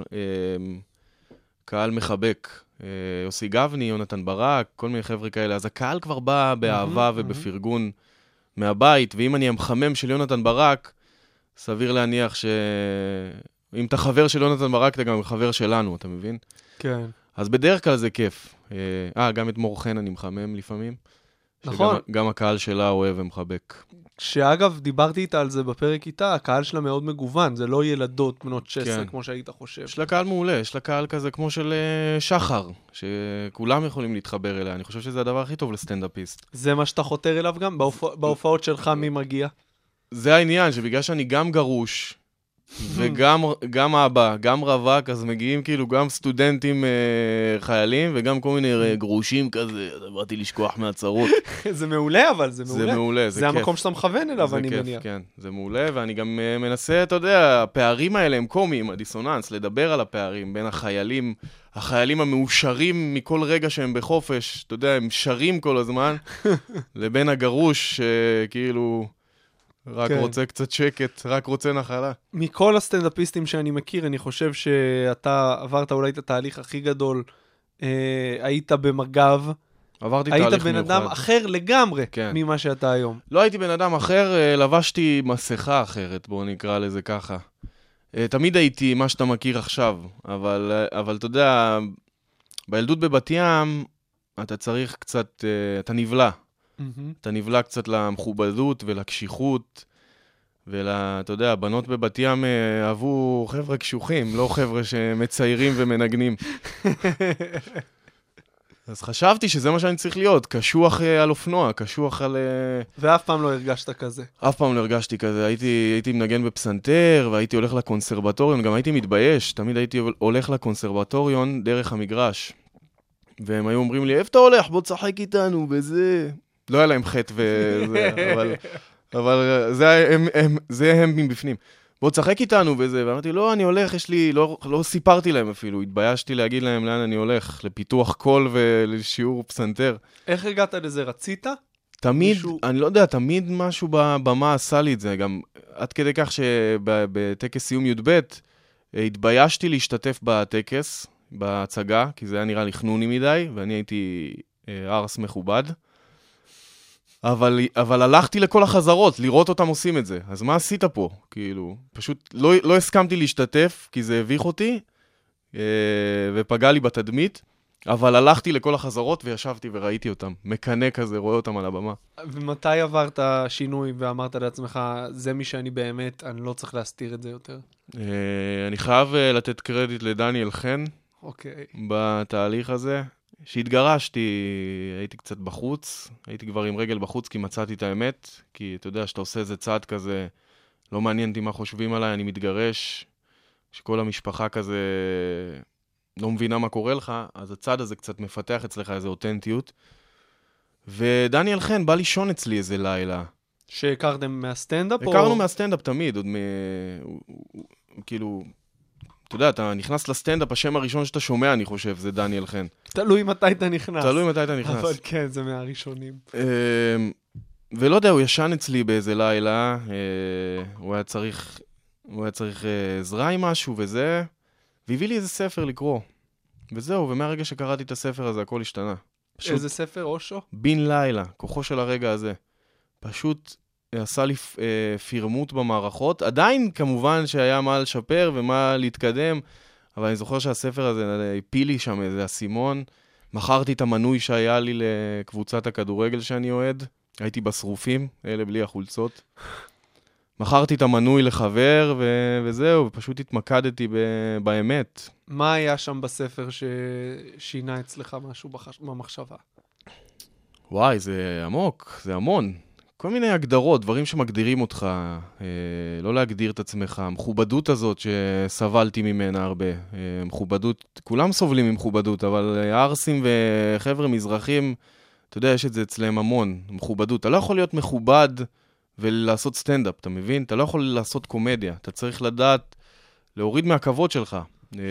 uh, קהל מחבק. יוסי גבני, יונתן ברק, כל מיני חבר'ה כאלה. אז הקהל כבר בא באהבה ובפרגון מהבית, ואם אני המחמם של יונתן ברק, סביר להניח שאם אתה חבר של יונתן ברק, אתה גם חבר שלנו, אתה מבין? כן. אז בדרך כלל זה כיף. אה, גם את מור חן אני מחמם לפעמים. נכון. שגם הקהל שלה אוהב ומחבק. שאגב, דיברתי איתה על זה בפרק איתה, הקהל שלה מאוד מגוון, זה לא ילדות בנות שש עשרה, כן. כמו שהיית חושב. יש לה קהל מעולה, יש לה קהל כזה כמו של uh, שחר, שכולם יכולים להתחבר אליה, אני חושב שזה הדבר הכי טוב לסטנדאפיסט. זה מה שאתה חותר אליו גם? בהופע... בהופעות שלך מי מגיע? זה העניין, שבגלל שאני גם גרוש, וגם גם אבא, גם רווק, אז מגיעים כאילו גם סטודנטים אה, חיילים, וגם כל מיני אה, גרושים כזה, באתי לשכוח מהצרות. זה מעולה, אבל זה מעולה. זה מעולה, זה, זה כיף. המקום שאתה מכוון אליו, אני כיף, מניח. כן, זה מעולה, ואני גם אה, מנסה, אתה יודע, הפערים האלה הם קומיים, הדיסוננס, לדבר על הפערים בין החיילים, החיילים המאושרים מכל רגע שהם בחופש, אתה יודע, הם שרים כל הזמן, לבין הגרוש, שכאילו... רק כן. רוצה קצת שקט, רק רוצה נחלה. מכל הסטנדאפיסטים שאני מכיר, אני חושב שאתה עברת אולי את התהליך הכי גדול, אה, היית במג"ב. עברתי תהליך מיוחד. היית בן אדם אחר לגמרי כן. ממה שאתה היום. לא הייתי בן אדם אחר, אה, לבשתי מסכה אחרת, בואו נקרא לזה ככה. אה, תמיד הייתי מה שאתה מכיר עכשיו, אבל, אה, אבל אתה יודע, בילדות בבת ים, אתה צריך קצת, אה, אתה נבלה. אתה נבלה קצת למכובדות ולקשיחות, ואתה יודע, הבנות בבת ים אהבו חבר'ה קשוחים, לא חבר'ה שמציירים ומנגנים. אז חשבתי שזה מה שאני צריך להיות, קשוח על אופנוע, קשוח על... ואף פעם לא הרגשת כזה. אף פעם לא הרגשתי כזה, הייתי, הייתי מנגן בפסנתר, והייתי הולך לקונסרבטוריון, גם הייתי מתבייש, תמיד הייתי הולך לקונסרבטוריון דרך המגרש. והם היו אומרים לי, איפה אתה הולך? בוא תשחק איתנו, וזה... לא היה להם חטא וזה, אבל... אבל זה הם, הם, זה הם מבפנים. בוא תשחק איתנו וזה, ואמרתי, לא, אני הולך, יש לי, לא, לא סיפרתי להם אפילו, התביישתי להגיד להם לאן אני הולך, לפיתוח קול ולשיעור פסנתר. איך הגעת לזה? רצית? תמיד, מישהו... אני לא יודע, תמיד משהו במה עשה לי את זה, גם עד כדי כך שבטקס סיום י' ב' התביישתי להשתתף בטקס, בהצגה, כי זה היה נראה לי חנוני מדי, ואני הייתי ארס מכובד. אבל, אבל הלכתי לכל החזרות, לראות אותם עושים את זה. אז מה עשית פה? כאילו, פשוט לא, לא הסכמתי להשתתף, כי זה הביך אותי, אה, ופגע לי בתדמית, אבל הלכתי לכל החזרות וישבתי וראיתי אותם. מקנה כזה, רואה אותם על הבמה. ומתי עברת שינוי ואמרת לעצמך, זה מי שאני באמת, אני לא צריך להסתיר את זה יותר? אה, אני חייב אה, לתת קרדיט לדניאל חן, אוקיי. בתהליך הזה. שהתגרשתי, הייתי קצת בחוץ, הייתי כבר עם רגל בחוץ כי מצאתי את האמת, כי אתה יודע שאתה עושה איזה צעד כזה, לא מעניין אותי מה חושבים עליי, אני מתגרש, שכל המשפחה כזה לא מבינה מה קורה לך, אז הצעד הזה קצת מפתח אצלך איזו אותנטיות, ודניאל חן בא לישון אצלי איזה לילה. שהכרתם מהסטנדאפ? הכרנו או... מהסטנדאפ תמיד, עוד מ... כאילו... אתה יודע, אתה נכנס לסטנדאפ, השם הראשון שאתה שומע, אני חושב, זה דניאל חן. תלוי מתי אתה נכנס. תלוי מתי אתה נכנס. אבל כן, זה מהראשונים. ולא יודע, הוא ישן אצלי באיזה לילה, הוא היה צריך, הוא היה צריך עזרה עם משהו וזה, והביא לי איזה ספר לקרוא. וזהו, ומהרגע שקראתי את הספר הזה, הכל השתנה. איזה ספר, אושו? בן לילה, כוחו של הרגע הזה. פשוט... עשה לי אה, פירמות במערכות, עדיין כמובן שהיה מה לשפר ומה להתקדם, אבל אני זוכר שהספר הזה הפיל לי שם איזה אסימון, מכרתי את המנוי שהיה לי לקבוצת הכדורגל שאני אוהד, הייתי בשרופים, אלה בלי החולצות, מכרתי את המנוי לחבר ו- וזהו, ופשוט התמקדתי ב- באמת. מה היה שם בספר ששינה אצלך משהו בחש... במחשבה? וואי, זה עמוק, זה המון. כל מיני הגדרות, דברים שמגדירים אותך, אה, לא להגדיר את עצמך, המכובדות הזאת שסבלתי ממנה הרבה, אה, מכובדות, כולם סובלים ממכובדות, אבל ארסים וחבר'ה מזרחים, אתה יודע, יש את זה אצלם המון, מכובדות. אתה לא יכול להיות מכובד ולעשות סטנדאפ, אתה מבין? אתה לא יכול לעשות קומדיה, אתה צריך לדעת להוריד מהכבוד שלך. אה,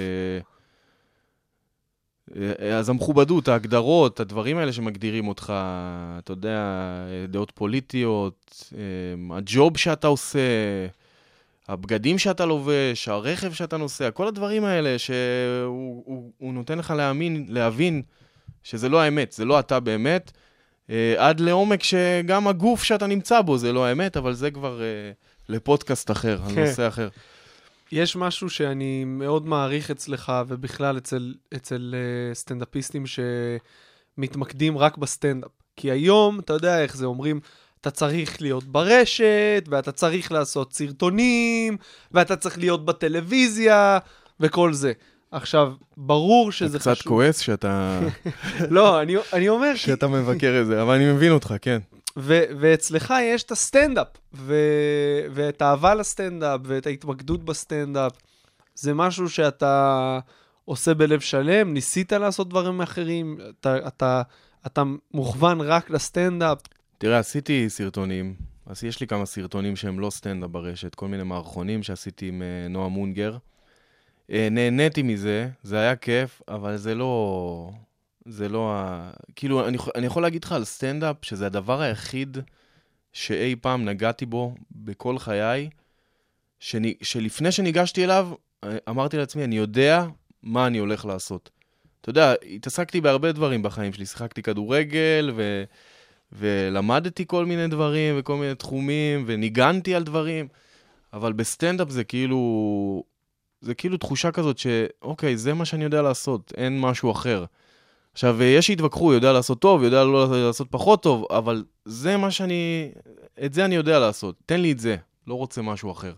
אז המכובדות, ההגדרות, הדברים האלה שמגדירים אותך, אתה יודע, דעות פוליטיות, הג'וב שאתה עושה, הבגדים שאתה לובש, הרכב שאתה נוסע, כל הדברים האלה שהוא הוא, הוא נותן לך להאמין, להבין שזה לא האמת, זה לא אתה באמת, עד לעומק שגם הגוף שאתה נמצא בו זה לא האמת, אבל זה כבר לפודקאסט אחר, על נושא אחר. יש משהו שאני מאוד מעריך אצלך, ובכלל אצל, אצל uh, סטנדאפיסטים שמתמקדים רק בסטנדאפ. כי היום, אתה יודע איך זה, אומרים, אתה צריך להיות ברשת, ואתה צריך לעשות סרטונים, ואתה צריך להיות בטלוויזיה, וכל זה. עכשיו, ברור שזה חשוב. אתה קצת כועס שאתה... לא, אני, אני אומר... שאתה מבקר את זה, אבל אני מבין אותך, כן. ו- ואצלך יש את הסטנדאפ, ו- ואת האהבה לסטנדאפ, ואת ההתמקדות בסטנדאפ. זה משהו שאתה עושה בלב שלם, ניסית לעשות דברים אחרים, אתה, אתה, אתה מוכוון רק לסטנדאפ. תראה, עשיתי סרטונים, אז יש לי כמה סרטונים שהם לא סטנדאפ ברשת, כל מיני מערכונים שעשיתי עם נועה מונגר. נהניתי מזה, זה היה כיף, אבל זה לא... זה לא ה... כאילו, אני, אני יכול להגיד לך על סטנדאפ, שזה הדבר היחיד שאי פעם נגעתי בו בכל חיי, שאני, שלפני שניגשתי אליו, אמרתי לעצמי, אני יודע מה אני הולך לעשות. אתה יודע, התעסקתי בהרבה דברים בחיים שלי, שיחקתי כדורגל, ו, ולמדתי כל מיני דברים, וכל מיני תחומים, וניגנתי על דברים, אבל בסטנדאפ זה כאילו, זה כאילו תחושה כזאת שאוקיי, זה מה שאני יודע לעשות, אין משהו אחר. עכשיו, יש שהתווכחו, יודע לעשות טוב, יודע לא לעשות פחות טוב, אבל זה מה שאני, את זה אני יודע לעשות. תן לי את זה. לא לא רוצה משהו אחר.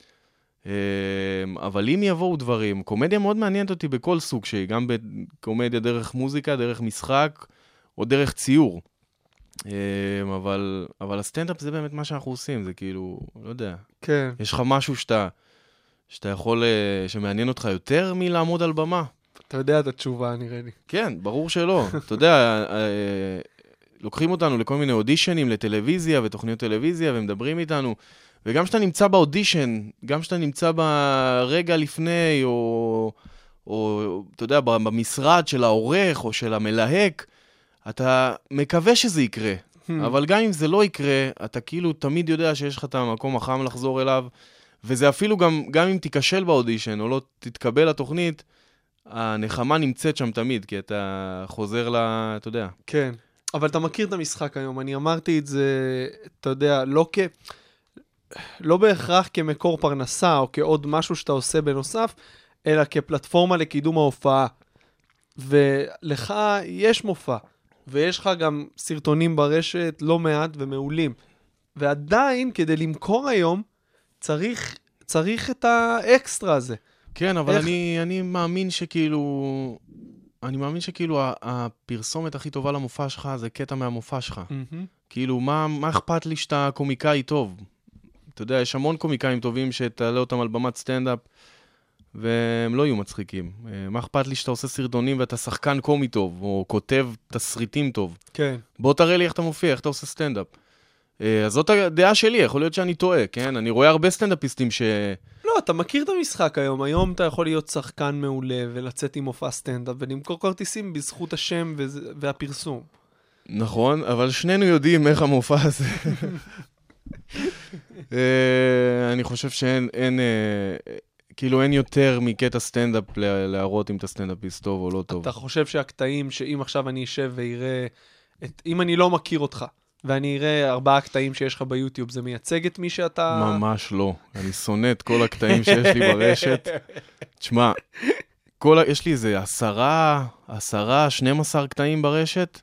אבל אם יבואו דברים, קומדיה מאוד מעניינת אותי בכל סוג שהיא, גם בקומדיה דרך מוזיקה, דרך משחק, או דרך ציור. אבל, אבל הסטנדאפ זה באמת מה שאנחנו עושים, זה כאילו, לא יודע. כן. יש לך משהו שאתה, שאתה יכול, שמעניין אותך יותר מלעמוד על במה. אתה יודע את התשובה, נראה לי. כן, ברור שלא. אתה יודע, לוקחים אותנו לכל מיני אודישנים לטלוויזיה ותוכניות טלוויזיה, ומדברים איתנו, וגם שאתה נמצא באודישן, גם שאתה נמצא ברגע לפני, או, או אתה יודע, במשרד של העורך או של המלהק, אתה מקווה שזה יקרה. אבל גם אם זה לא יקרה, אתה כאילו תמיד יודע שיש לך את המקום החם לחזור אליו, וזה אפילו גם, גם אם תיכשל באודישן, או לא תתקבל לתוכנית, הנחמה נמצאת שם תמיד, כי אתה חוזר ל... אתה יודע. כן, אבל אתה מכיר את המשחק היום, אני אמרתי את זה, אתה יודע, לא כ... לא בהכרח כמקור פרנסה, או כעוד משהו שאתה עושה בנוסף, אלא כפלטפורמה לקידום ההופעה. ולך יש מופע, ויש לך גם סרטונים ברשת לא מעט ומעולים. ועדיין, כדי למכור היום, צריך, צריך את האקסטרה הזה. כן, אבל איך... אני, אני מאמין שכאילו... אני מאמין שכאילו הפרסומת הכי טובה למופע שלך זה קטע מהמופע שלך. Mm-hmm. כאילו, מה, מה אכפת לי שאתה קומיקאי טוב? אתה יודע, יש המון קומיקאים טובים שתעלה אותם על במת סטנדאפ, והם לא יהיו מצחיקים. מה אכפת לי שאתה עושה סרטונים ואתה שחקן קומי טוב, או כותב תסריטים טוב? כן. בוא תראה לי איך אתה מופיע, איך אתה עושה סטנדאפ. אז זאת הדעה שלי, יכול להיות שאני טועה, כן? אני רואה הרבה סטנדאפיסטים ש... לא, אתה מכיר את המשחק היום. היום אתה יכול להיות שחקן מעולה ולצאת עם מופע סטנדאפ ולמכור כרטיסים בזכות השם והפרסום. נכון, אבל שנינו יודעים איך המופע הזה... אני חושב שאין, אין, כאילו אין יותר מקטע סטנדאפ להראות אם אתה סטנדאפיסט טוב או לא טוב. אתה חושב שהקטעים, שאם עכשיו אני אשב ויראה, אם אני לא מכיר אותך, ואני אראה ארבעה קטעים שיש לך ביוטיוב, זה מייצג את מי שאתה... ממש לא. אני שונא את כל הקטעים שיש לי ברשת. תשמע, כל, יש לי איזה עשרה, עשרה, שנים עשר קטעים ברשת.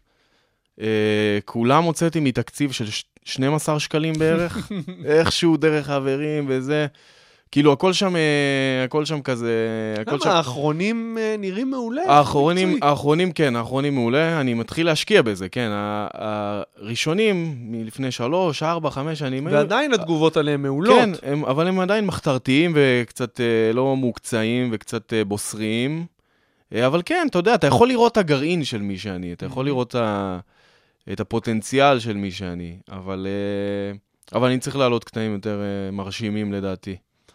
אה, כולם הוצאתי מתקציב של שנים עשר שקלים בערך. איכשהו דרך חברים וזה. כאילו, הכל שם, הכל שם כזה... למה, האחרונים נראים מעולה? האחרונים, האחרונים, כן, האחרונים מעולה. אני מתחיל להשקיע בזה, כן. הראשונים, מלפני שלוש, ארבע, חמש שנים... ועדיין התגובות עליהם מעולות. כן, אבל הם עדיין מחתרתיים וקצת לא מוקצעים וקצת בוסריים. אבל כן, אתה יודע, אתה יכול לראות את הגרעין של מי שאני, אתה יכול לראות את הפוטנציאל של מי שאני, אבל אני צריך לעלות קטעים יותר מרשימים לדעתי.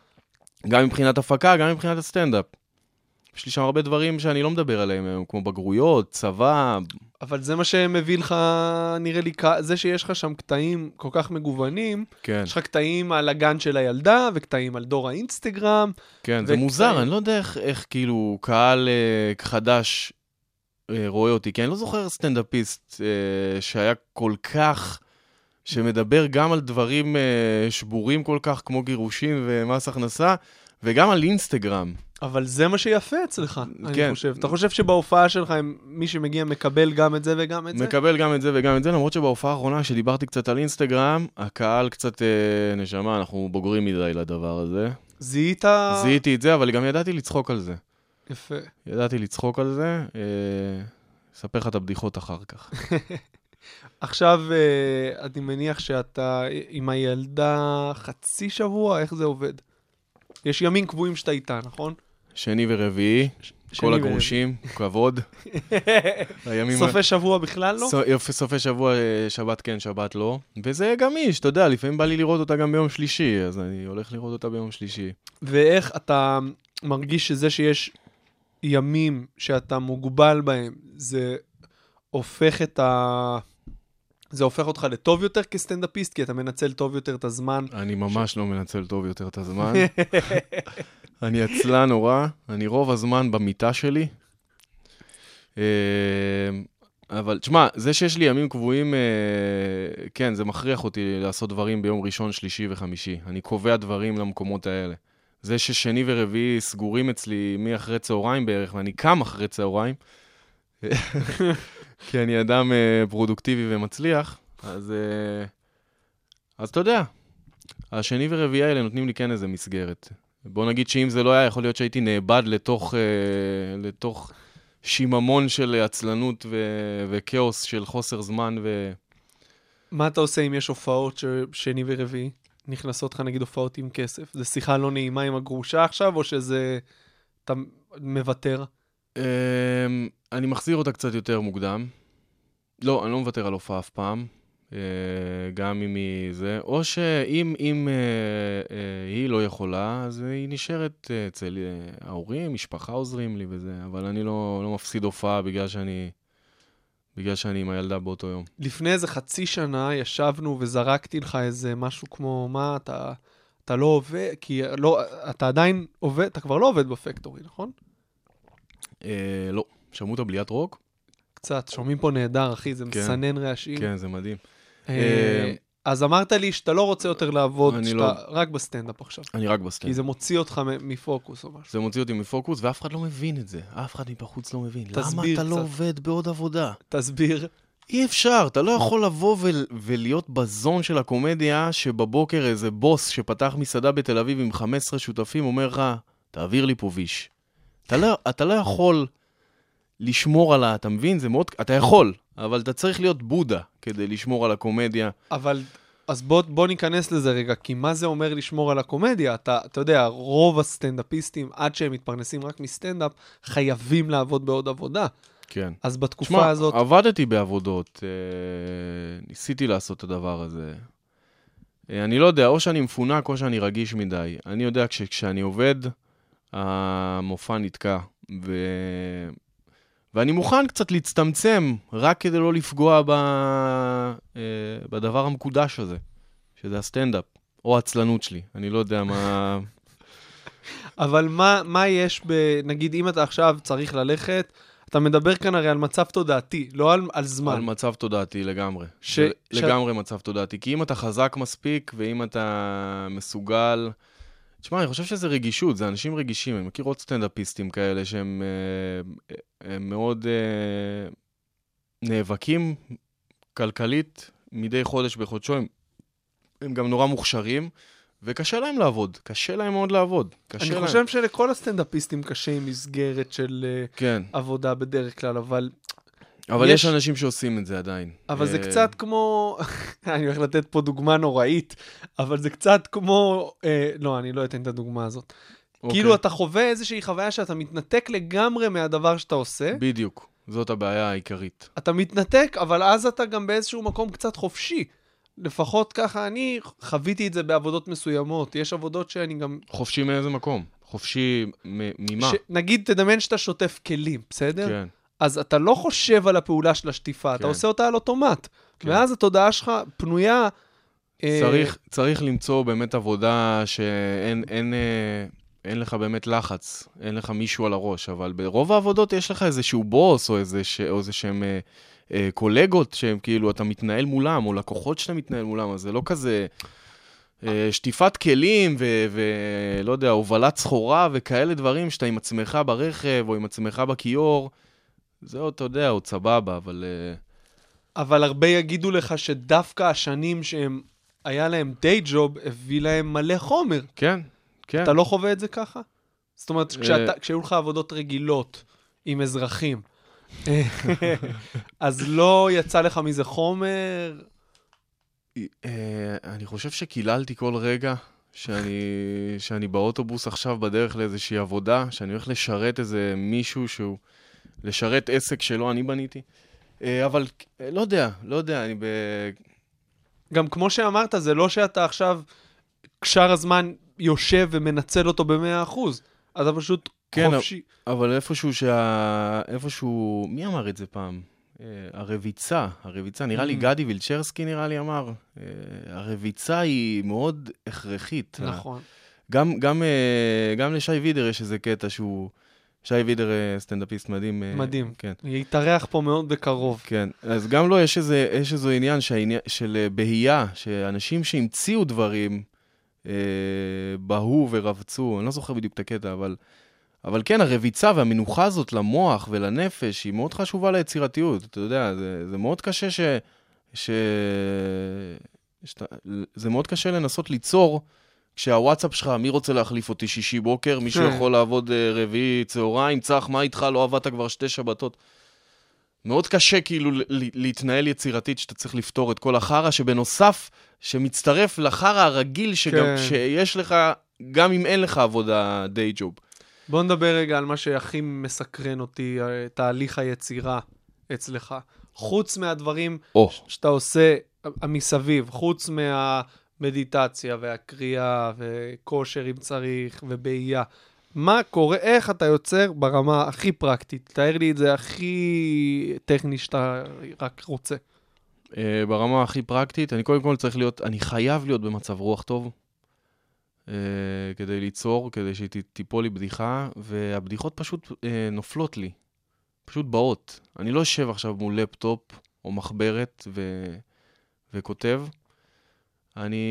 גם מבחינת הפקה, גם מבחינת הסטנדאפ. יש לי שם הרבה דברים שאני לא מדבר עליהם, כמו בגרויות, צבא. אבל זה מה שמביא לך, נראה לי, זה שיש לך שם קטעים כל כך מגוונים, כן. יש לך קטעים על הגן של הילדה, וקטעים על דור האינסטגרם. כן, וקטעים... זה מוזר, אני לא יודע איך, איך כאילו קהל אה, חדש אה, רואה אותי, כי אני לא זוכר סטנדאפיסט אה, שהיה כל כך... שמדבר גם על דברים uh, שבורים כל כך, כמו גירושים ומס הכנסה, וגם על אינסטגרם. אבל זה מה שיפה אצלך, כן. אני חושב. אתה חושב שבהופעה שלך, מי שמגיע מקבל גם את זה וגם את זה? מקבל גם את זה וגם את זה, למרות שבהופעה האחרונה, שדיברתי קצת על אינסטגרם, הקהל קצת uh, נשמה, אנחנו בוגרים מדי לדבר הזה. זיהית? זיהיתי את זה, אבל גם ידעתי לצחוק על זה. יפה. ידעתי לצחוק על זה, uh, אספר לך את הבדיחות אחר כך. עכשיו, אני מניח שאתה עם הילדה חצי שבוע, איך זה עובד? יש ימים קבועים שאתה איתה, נכון? שני ורביעי, כל הגרושים, כבוד. סופי שבוע בכלל לא? סופי שבוע, שבת כן, שבת לא. וזה גמיש, אתה יודע, לפעמים בא לי לראות אותה גם ביום שלישי, אז אני הולך לראות אותה ביום שלישי. ואיך אתה מרגיש שזה שיש ימים שאתה מוגבל בהם, זה הופך את ה... זה הופך אותך לטוב יותר כסטנדאפיסט, כי אתה מנצל טוב יותר את הזמן. אני ממש ש... לא מנצל טוב יותר את הזמן. אני עצלה נורא, אני רוב הזמן במיטה שלי. אבל, תשמע, זה שיש לי ימים קבועים, כן, זה מכריח אותי לעשות דברים ביום ראשון, שלישי וחמישי. אני קובע דברים למקומות האלה. זה ששני ורביעי סגורים אצלי מאחרי צהריים בערך, ואני קם אחרי צהריים. כי אני אדם uh, פרודוקטיבי ומצליח, אז, uh, אז אתה יודע, השני ורביעי האלה נותנים לי כן איזה מסגרת. בוא נגיד שאם זה לא היה, יכול להיות שהייתי נאבד לתוך, לתוך שיממון של עצלנות ו- וכאוס של חוסר זמן ו... מה אתה עושה אם יש הופעות ששני ורביעי? נכנסות לך נגיד הופעות עם כסף? זה שיחה לא נעימה עם הגרושה עכשיו, או שזה... אתה מוותר? אני מחזיר אותה קצת יותר מוקדם. לא, אני לא מוותר על הופעה אף פעם. גם אם היא זה, או שאם אם, אה, אה, היא לא יכולה, אז היא נשארת אצל ההורים, משפחה עוזרים לי וזה, אבל אני לא, לא מפסיד הופעה בגלל שאני, בגלל שאני עם הילדה באותו יום. לפני איזה חצי שנה ישבנו וזרקתי לך איזה משהו כמו, מה, אתה, אתה לא עובד, כי לא, אתה עדיין עובד, אתה כבר לא עובד בפקטורי, נכון? אה, לא, שמעו את הבליית רוק? קצת, שומעים פה נהדר, אחי, זה כן, מסנן רעשים. כן, זה מדהים. אז אמרת לי שאתה לא רוצה יותר לעבוד, שאתה לא... רק בסטנדאפ עכשיו. אני רק בסטנדאפ. כי זה מוציא אותך מפוקוס או משהו. זה מוציא אותי מפוקוס, ואף אחד לא מבין את זה. אף אחד מבחוץ לא מבין. למה אתה קצת. לא עובד בעוד עבודה? תסביר. אי אפשר, אתה לא יכול לבוא ו... ולהיות בזון של הקומדיה, שבבוקר איזה בוס שפתח מסעדה בתל אביב עם חמישה עשר שותפים, אומר לך, תעביר לי פה ויש. אתה לא, אתה לא יכול לשמור על ה... אתה מבין? זה מאוד... אתה יכול, אבל אתה צריך להיות בודה כדי לשמור על הקומדיה. אבל, אז בוא, בוא ניכנס לזה רגע, כי מה זה אומר לשמור על הקומדיה? אתה, אתה יודע, רוב הסטנדאפיסטים, עד שהם מתפרנסים רק מסטנדאפ, חייבים לעבוד בעוד עבודה. כן. אז בתקופה שמה, הזאת... עבדתי בעבודות, אה, ניסיתי לעשות את הדבר הזה. אה, אני לא יודע, או שאני מפונק או שאני רגיש מדי. אני יודע כשאני עובד, המופע נתקע, ו... ואני מוכן קצת להצטמצם, רק כדי לא לפגוע ב... אה, בדבר המקודש הזה, שזה הסטנדאפ, או העצלנות שלי. אני לא יודע מה... אבל מה, מה יש ב... נגיד, אם אתה עכשיו צריך ללכת, אתה מדבר כאן הרי על מצב תודעתי, לא על, על זמן. על מצב תודעתי לגמרי. ש... לגמרי ש... מצב תודעתי. כי אם אתה חזק מספיק, ואם אתה מסוגל... תשמע, אני חושב שזה רגישות, זה אנשים רגישים. אני מכיר עוד סטנדאפיסטים כאלה שהם הם מאוד נאבקים כלכלית מדי חודש בחודשו. הם, הם גם נורא מוכשרים, וקשה להם לעבוד. קשה להם מאוד לעבוד. אני להם. חושב שלכל הסטנדאפיסטים קשה עם מסגרת של כן. עבודה בדרך כלל, אבל... אבל יש... יש אנשים שעושים את זה עדיין. אבל זה קצת כמו... אני הולך לתת פה דוגמה נוראית, אבל זה קצת כמו... אה, לא, אני לא אתן את הדוגמה הזאת. Okay. כאילו אתה חווה איזושהי חוויה שאתה מתנתק לגמרי מהדבר שאתה עושה. בדיוק. זאת הבעיה העיקרית. אתה מתנתק, אבל אז אתה גם באיזשהו מקום קצת חופשי. לפחות ככה, אני חוויתי את זה בעבודות מסוימות. יש עבודות שאני גם... חופשי מאיזה מקום? חופשי ממה? ש... נגיד, תדמיין שאתה שוטף כלים, בסדר? כן. אז אתה לא חושב על הפעולה של השטיפה, כן. אתה עושה אותה על אוטומט. כן. ואז התודעה שלך פנויה... צריך, אה... צריך למצוא באמת עבודה שאין אין, אין לך באמת לחץ, אין לך מישהו על הראש, אבל ברוב העבודות יש לך איזשהו בוס או איזה, או איזה שהם אה, אה, קולגות שהם כאילו, אתה מתנהל מולם, או לקוחות שאתה מתנהל מולם, אז זה לא כזה... שטיפת כלים ולא יודע, הובלת סחורה וכאלה דברים שאתה עם עצמך ברכב או עם עצמך בכיור, זה עוד, אתה יודע, עוד סבבה, אבל... אבל הרבה יגידו לך שדווקא השנים שהם, היה להם די ג'וב, הביא להם מלא חומר. כן, כן. אתה לא חווה את זה ככה? זאת אומרת, כשאתה, כשהיו לך עבודות רגילות עם אזרחים, אז לא יצא לך מזה חומר... אני חושב שקיללתי כל רגע שאני, שאני באוטובוס עכשיו בדרך לאיזושהי עבודה, שאני הולך לשרת איזה מישהו שהוא, לשרת עסק שלא אני בניתי. אבל לא יודע, לא יודע, אני ב... גם כמו שאמרת, זה לא שאתה עכשיו, קשר הזמן יושב ומנצל אותו במאה אחוז. אתה פשוט כן, חופשי. אבל איפשהו שה... איפשהו... מי אמר את זה פעם? הרביצה, הרביצה, נראה לי גדי וילצ'רסקי נראה לי אמר, הרביצה היא מאוד הכרחית. נכון. גם, גם, גם לשי וידר יש איזה קטע שהוא, שי וידר סטנדאפיסט מדהים. מדהים. כן. יתארח פה מאוד בקרוב. כן, אז גם לו יש איזה, יש איזו עניין שהעניין, של בהייה, שאנשים שהמציאו דברים, בהו ורבצו, אני לא זוכר בדיוק את הקטע, אבל... אבל כן, הרביצה והמנוחה הזאת למוח ולנפש היא מאוד חשובה ליצירתיות. אתה יודע, זה, זה מאוד קשה ש, ש, שאתה, זה מאוד קשה לנסות ליצור, כשהוואטסאפ שלך, מי רוצה להחליף אותי שישי בוקר, מישהו יכול לעבוד רביעי צהריים, צח, מה איתך, לא עבדת כבר שתי שבתות. מאוד קשה כאילו להתנהל יצירתית, שאתה צריך לפתור את כל החרה, שבנוסף, שמצטרף לחרה הרגיל, שגם, כן. שיש לך, גם אם אין לך עבודה די ג'וב. בוא נדבר רגע על מה שהכי מסקרן אותי, תהליך היצירה אצלך. חוץ מהדברים oh. שאתה עושה מסביב, חוץ מהמדיטציה והקריאה וכושר אם צריך ובעייה, מה קורה, איך אתה יוצר ברמה הכי פרקטית? תאר לי את זה הכי טכני שאתה רק רוצה. Uh, ברמה הכי פרקטית, אני קודם כל צריך להיות, אני חייב להיות במצב רוח טוב, uh, כדי ליצור, כדי שתיפול לי בדיחה, והבדיחות פשוט uh, נופלות לי, פשוט באות. אני לא יושב עכשיו מול לפטופ או מחברת ו... וכותב. אני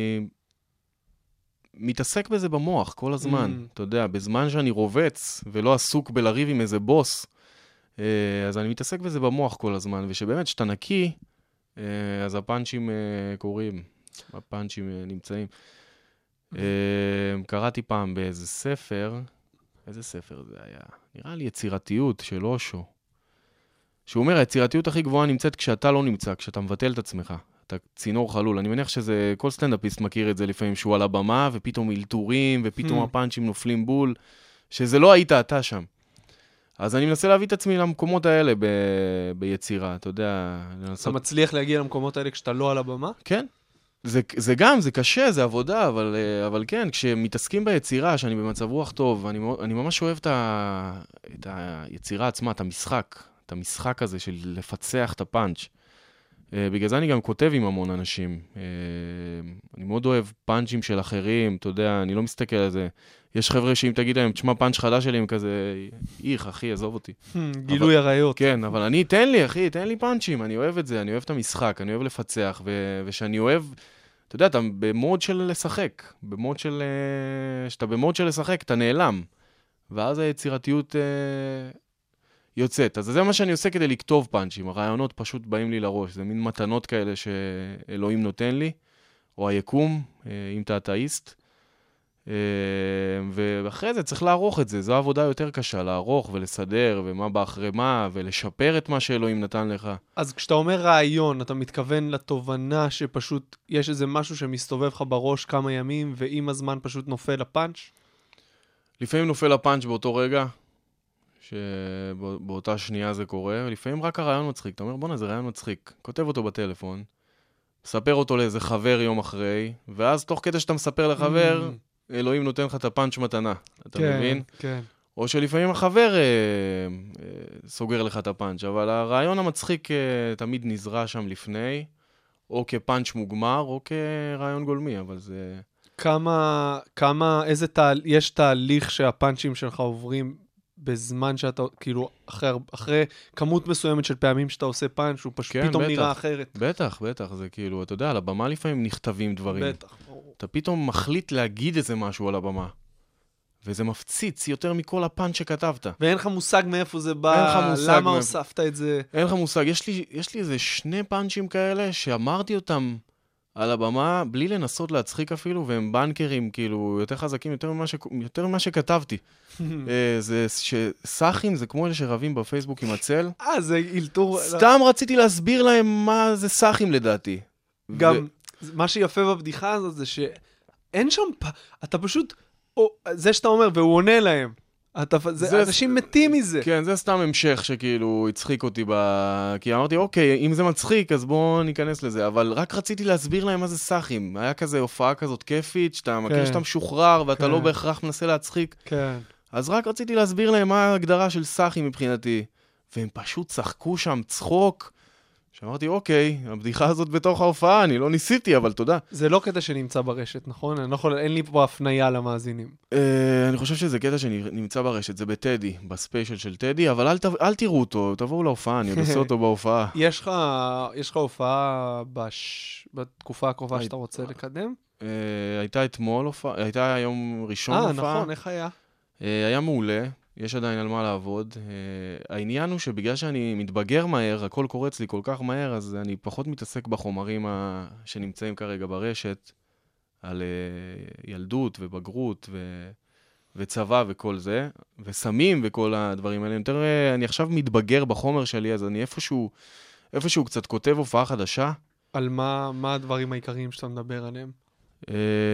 מתעסק בזה במוח כל הזמן. Mm. אתה יודע, בזמן שאני רובץ ולא עסוק בלריב עם איזה בוס, uh, אז אני מתעסק בזה במוח כל הזמן, ושבאמת שאתה נקי, uh, אז הפאנצ'ים uh, קוראים, הפאנצ'ים uh, נמצאים. Uh, קראתי פעם באיזה ספר, איזה ספר זה היה? נראה לי יצירתיות של אושו. שהוא אומר, היצירתיות הכי גבוהה נמצאת כשאתה לא נמצא, כשאתה מבטל את עצמך. אתה צינור חלול. אני מניח שזה, כל סטנדאפיסט מכיר את זה לפעמים, שהוא על הבמה, ופתאום אילתורים, ופתאום הפאנצ'ים נופלים בול, שזה לא היית אתה שם. אז אני מנסה להביא את עצמי למקומות האלה ב... ביצירה, אתה יודע. לנסות... אתה מצליח להגיע למקומות האלה כשאתה לא על הבמה? כן. זה, זה גם, זה קשה, זה עבודה, אבל, אבל כן, כשמתעסקים ביצירה, שאני במצב רוח טוב, אני, אני ממש אוהב את, ה, את היצירה עצמה, את המשחק, את המשחק הזה של לפצח את הפאנץ'. בגלל זה אני גם כותב עם המון אנשים. אני מאוד אוהב פאנצ'ים של אחרים, אתה יודע, אני לא מסתכל על זה. יש חבר'ה שאם תגיד להם, תשמע פאנץ' חדש שלי, הם כזה, איך, אחי, עזוב אותי. גילוי הרעיות. כן, אבל אני, תן לי, אחי, תן לי פאנצ'ים, אני אוהב את זה, אני אוהב את המשחק, אני אוהב לפצח, ושאני אוהב, אתה יודע, אתה במוד של לשחק, במוד של, שאתה במוד של לשחק, אתה נעלם. ואז היצירתיות יוצאת. אז זה מה שאני עושה כדי לכתוב פאנצ'ים. הרעיונות פשוט באים לי לראש. זה מין מתנות כאלה שאלוהים נותן לי, או היקום, אם אתה אתאיסט. ואחרי זה צריך לערוך את זה. זו עבודה יותר קשה, לערוך ולסדר, ומה באחרי מה, ולשפר את מה שאלוהים נתן לך. אז כשאתה אומר רעיון, אתה מתכוון לתובנה שפשוט יש איזה משהו שמסתובב לך בראש כמה ימים, ועם הזמן פשוט נופל הפאנץ'? לפעמים נופל הפאנץ' באותו רגע, שבאותה שנייה זה קורה, לפעמים רק הרעיון מצחיק. אתה אומר, בוא, זה רעיון מצחיק. כותב אותו בטלפון, מספר אותו לאיזה חבר יום אחרי, ואז תוך כדי שאתה מספר לחבר, אלוהים נותן לך את הפאנץ' מתנה. אתה כן, מבין? כן. או שלפעמים החבר אה, אה, סוגר לך את הפאנץ', אבל הרעיון המצחיק אה, תמיד נזרע שם לפני, או כפאנץ' מוגמר, או כרעיון גולמי, אבל זה... כמה, כמה, איזה תהל... יש תהליך שהפאנצ'ים שלך עוברים בזמן שאתה, כאילו, אחרי, אחרי כמות מסוימת של פעמים שאתה עושה פאנץ', הוא פשוט כן, פתאום בטח, נראה אחרת. בטח, בטח, זה כאילו, אתה יודע, על הבמה לפעמים נכתבים דברים. בטח. אתה פתאום מחליט להגיד איזה משהו על הבמה. וזה מפציץ יותר מכל הפאנץ' שכתבת. ואין לך מושג מאיפה זה בא, למה הוספת את זה. אין לך מושג. יש לי, יש לי איזה שני פאנצ'ים כאלה שאמרתי אותם על הבמה, בלי לנסות להצחיק אפילו, והם בנקרים, כאילו, יותר חזקים, יותר ממה, ש... יותר ממה שכתבתי. זה שסחים, זה כמו אלה שרבים בפייסבוק עם הצל. אה, זה אילתור... סתם רציתי להסביר להם מה זה סחים לדעתי. גם, מה שיפה בבדיחה הזאת זה שאין שם... אתה פשוט... זה שאתה אומר, והוא עונה להם. אתה, זה, זה, אנשים מתים מזה. כן, זה סתם המשך שכאילו הצחיק אותי ב... כי אמרתי, אוקיי, אם זה מצחיק, אז בואו ניכנס לזה. אבל רק רציתי להסביר להם מה זה סחים. היה כזה הופעה כזאת כיפית, שאתה מכיר שאתה משוחרר, ואתה כן. לא בהכרח מנסה להצחיק. כן. אז רק רציתי להסביר להם מה ההגדרה של סחים מבחינתי. והם פשוט צחקו שם צחוק. שאמרתי, אוקיי, הבדיחה הזאת בתוך ההופעה, אני לא ניסיתי, אבל תודה. זה לא קטע שנמצא ברשת, נכון? אני לא יכול, אין לי פה הפנייה למאזינים. אה, אני חושב שזה קטע שנמצא ברשת, זה בטדי, בספיישל של טדי, אבל אל, אל תראו אותו, תבואו להופעה, אני אעשה אותו בהופעה. יש לך, יש לך הופעה בש... בתקופה הקרובה שאתה רוצה לקדם? אה, הייתה אתמול הופעה, הייתה היום ראשון 아, הופעה. אה, נכון, איך היה? אה, היה מעולה. יש עדיין על מה לעבוד. Uh, העניין הוא שבגלל שאני מתבגר מהר, הכל קורץ לי כל כך מהר, אז אני פחות מתעסק בחומרים ה... שנמצאים כרגע ברשת, על uh, ילדות ובגרות ו... וצבא וכל זה, וסמים וכל הדברים האלה. יותר, uh, אני עכשיו מתבגר בחומר שלי, אז אני איפשהו, איפשהו קצת כותב הופעה חדשה. על מה, מה הדברים העיקריים שאתה מדבר עליהם? Uh,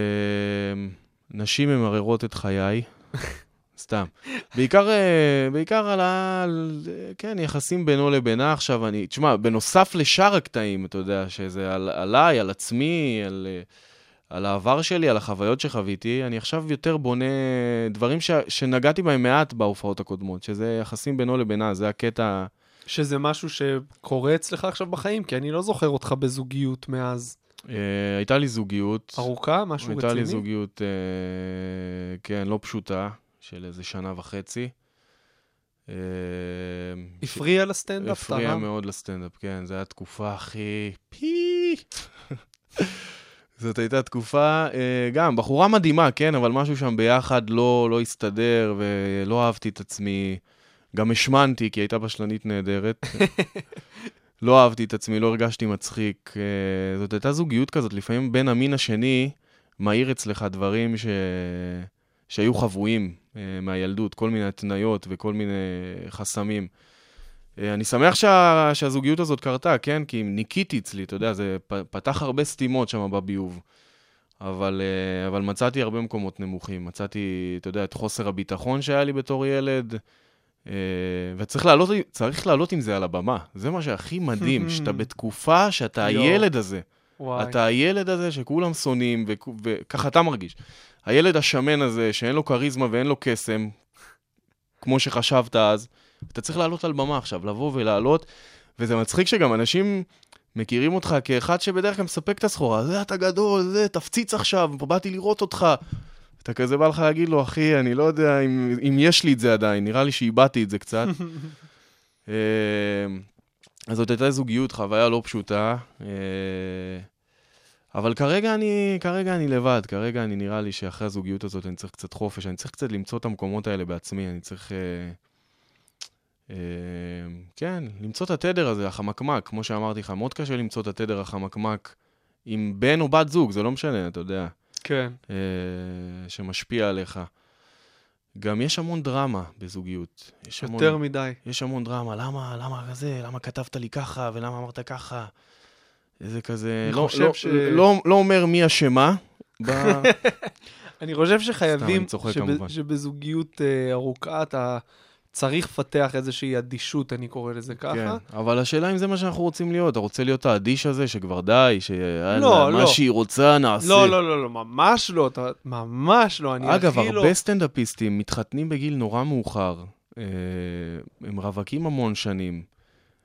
נשים ממררות את חיי. סתם. בעיקר, בעיקר על ה... כן, יחסים בינו לבינה עכשיו. אני, תשמע, בנוסף לשאר הקטעים, אתה יודע, שזה על, עליי, על עצמי, על, על העבר שלי, על החוויות שחוויתי, אני עכשיו יותר בונה דברים ש, שנגעתי בהם מעט בהופעות הקודמות, שזה יחסים בינו לבינה, זה הקטע... שזה משהו שקורה אצלך עכשיו בחיים, כי אני לא זוכר אותך בזוגיות מאז. הייתה לי זוגיות. ארוכה? משהו רציני? הייתה לי זוגיות, כן, לא פשוטה. של איזה שנה וחצי. הפריע לסטנדאפ? הפריע מאוד לסטנדאפ, כן. זו הייתה תקופה הכי... פי! זאת הייתה תקופה, גם, בחורה מדהימה, כן, אבל משהו שם ביחד לא, לא הסתדר, ולא אהבתי את עצמי. גם השמנתי, כי הייתה בשלנית נהדרת. לא אהבתי את עצמי, לא הרגשתי מצחיק. זאת הייתה זוגיות כזאת, לפעמים בין המין השני, מהיר אצלך דברים ש... שהיו חבויים uh, מהילדות, כל מיני התניות וכל מיני חסמים. Uh, אני שמח שה, שהזוגיות הזאת קרתה, כן? כי ניקיתי אצלי, אתה יודע, זה פ, פתח הרבה סתימות שם בביוב. אבל, uh, אבל מצאתי הרבה מקומות נמוכים. מצאתי, אתה יודע, את חוסר הביטחון שהיה לי בתור ילד. Uh, וצריך לעלות, צריך לעלות עם זה על הבמה. זה מה שהכי מדהים, שאתה בתקופה שאתה הילד הזה. וואי. אתה הילד הזה שכולם שונאים, ו- וככה אתה מרגיש. הילד השמן הזה, שאין לו קריזמה ואין לו קסם, כמו שחשבת אז, אתה צריך לעלות על במה עכשיו, לבוא ולעלות, וזה מצחיק שגם אנשים מכירים אותך כאחד שבדרך כלל מספק את הסחורה, זה אתה גדול, זה תפציץ עכשיו, באתי לראות אותך. אתה כזה בא לך להגיד לו, אחי, אני לא יודע אם, אם יש לי את זה עדיין, נראה לי שאיבדתי את זה קצת. אז זאת הייתה זוגיות, חוויה לא פשוטה, אבל כרגע אני, כרגע אני לבד, כרגע אני נראה לי שאחרי הזוגיות הזאת אני צריך קצת חופש, אני צריך קצת למצוא את המקומות האלה בעצמי, אני צריך, אה, אה, כן, למצוא את התדר הזה, החמקמק, כמו שאמרתי לך, מאוד קשה למצוא את התדר החמקמק עם בן או בת זוג, זה לא משנה, אתה יודע, כן. אה, שמשפיע עליך. גם יש המון דרמה בזוגיות. יש יותר המון, מדי. יש המון דרמה, למה, למה כזה, למה כתבת לי ככה ולמה אמרת ככה? זה כזה, לא, לא, ש... לא, לא אומר מי אשמה. ב... אני חושב שחייבים, צוחק, שב, שבזוגיות uh, ארוכה אתה צריך לפתח איזושהי אדישות, אני קורא לזה ככה. כן, אבל השאלה אם זה מה שאנחנו רוצים להיות, אתה רוצה להיות האדיש הזה שכבר די, שיאללה, לא, מה לא. שהיא רוצה נעשה. לא, לא, לא, לא, ממש לא, אתה, ממש לא. אני אגב, הרבה לא... סטנדאפיסטים מתחתנים בגיל נורא מאוחר, הם רווקים המון שנים.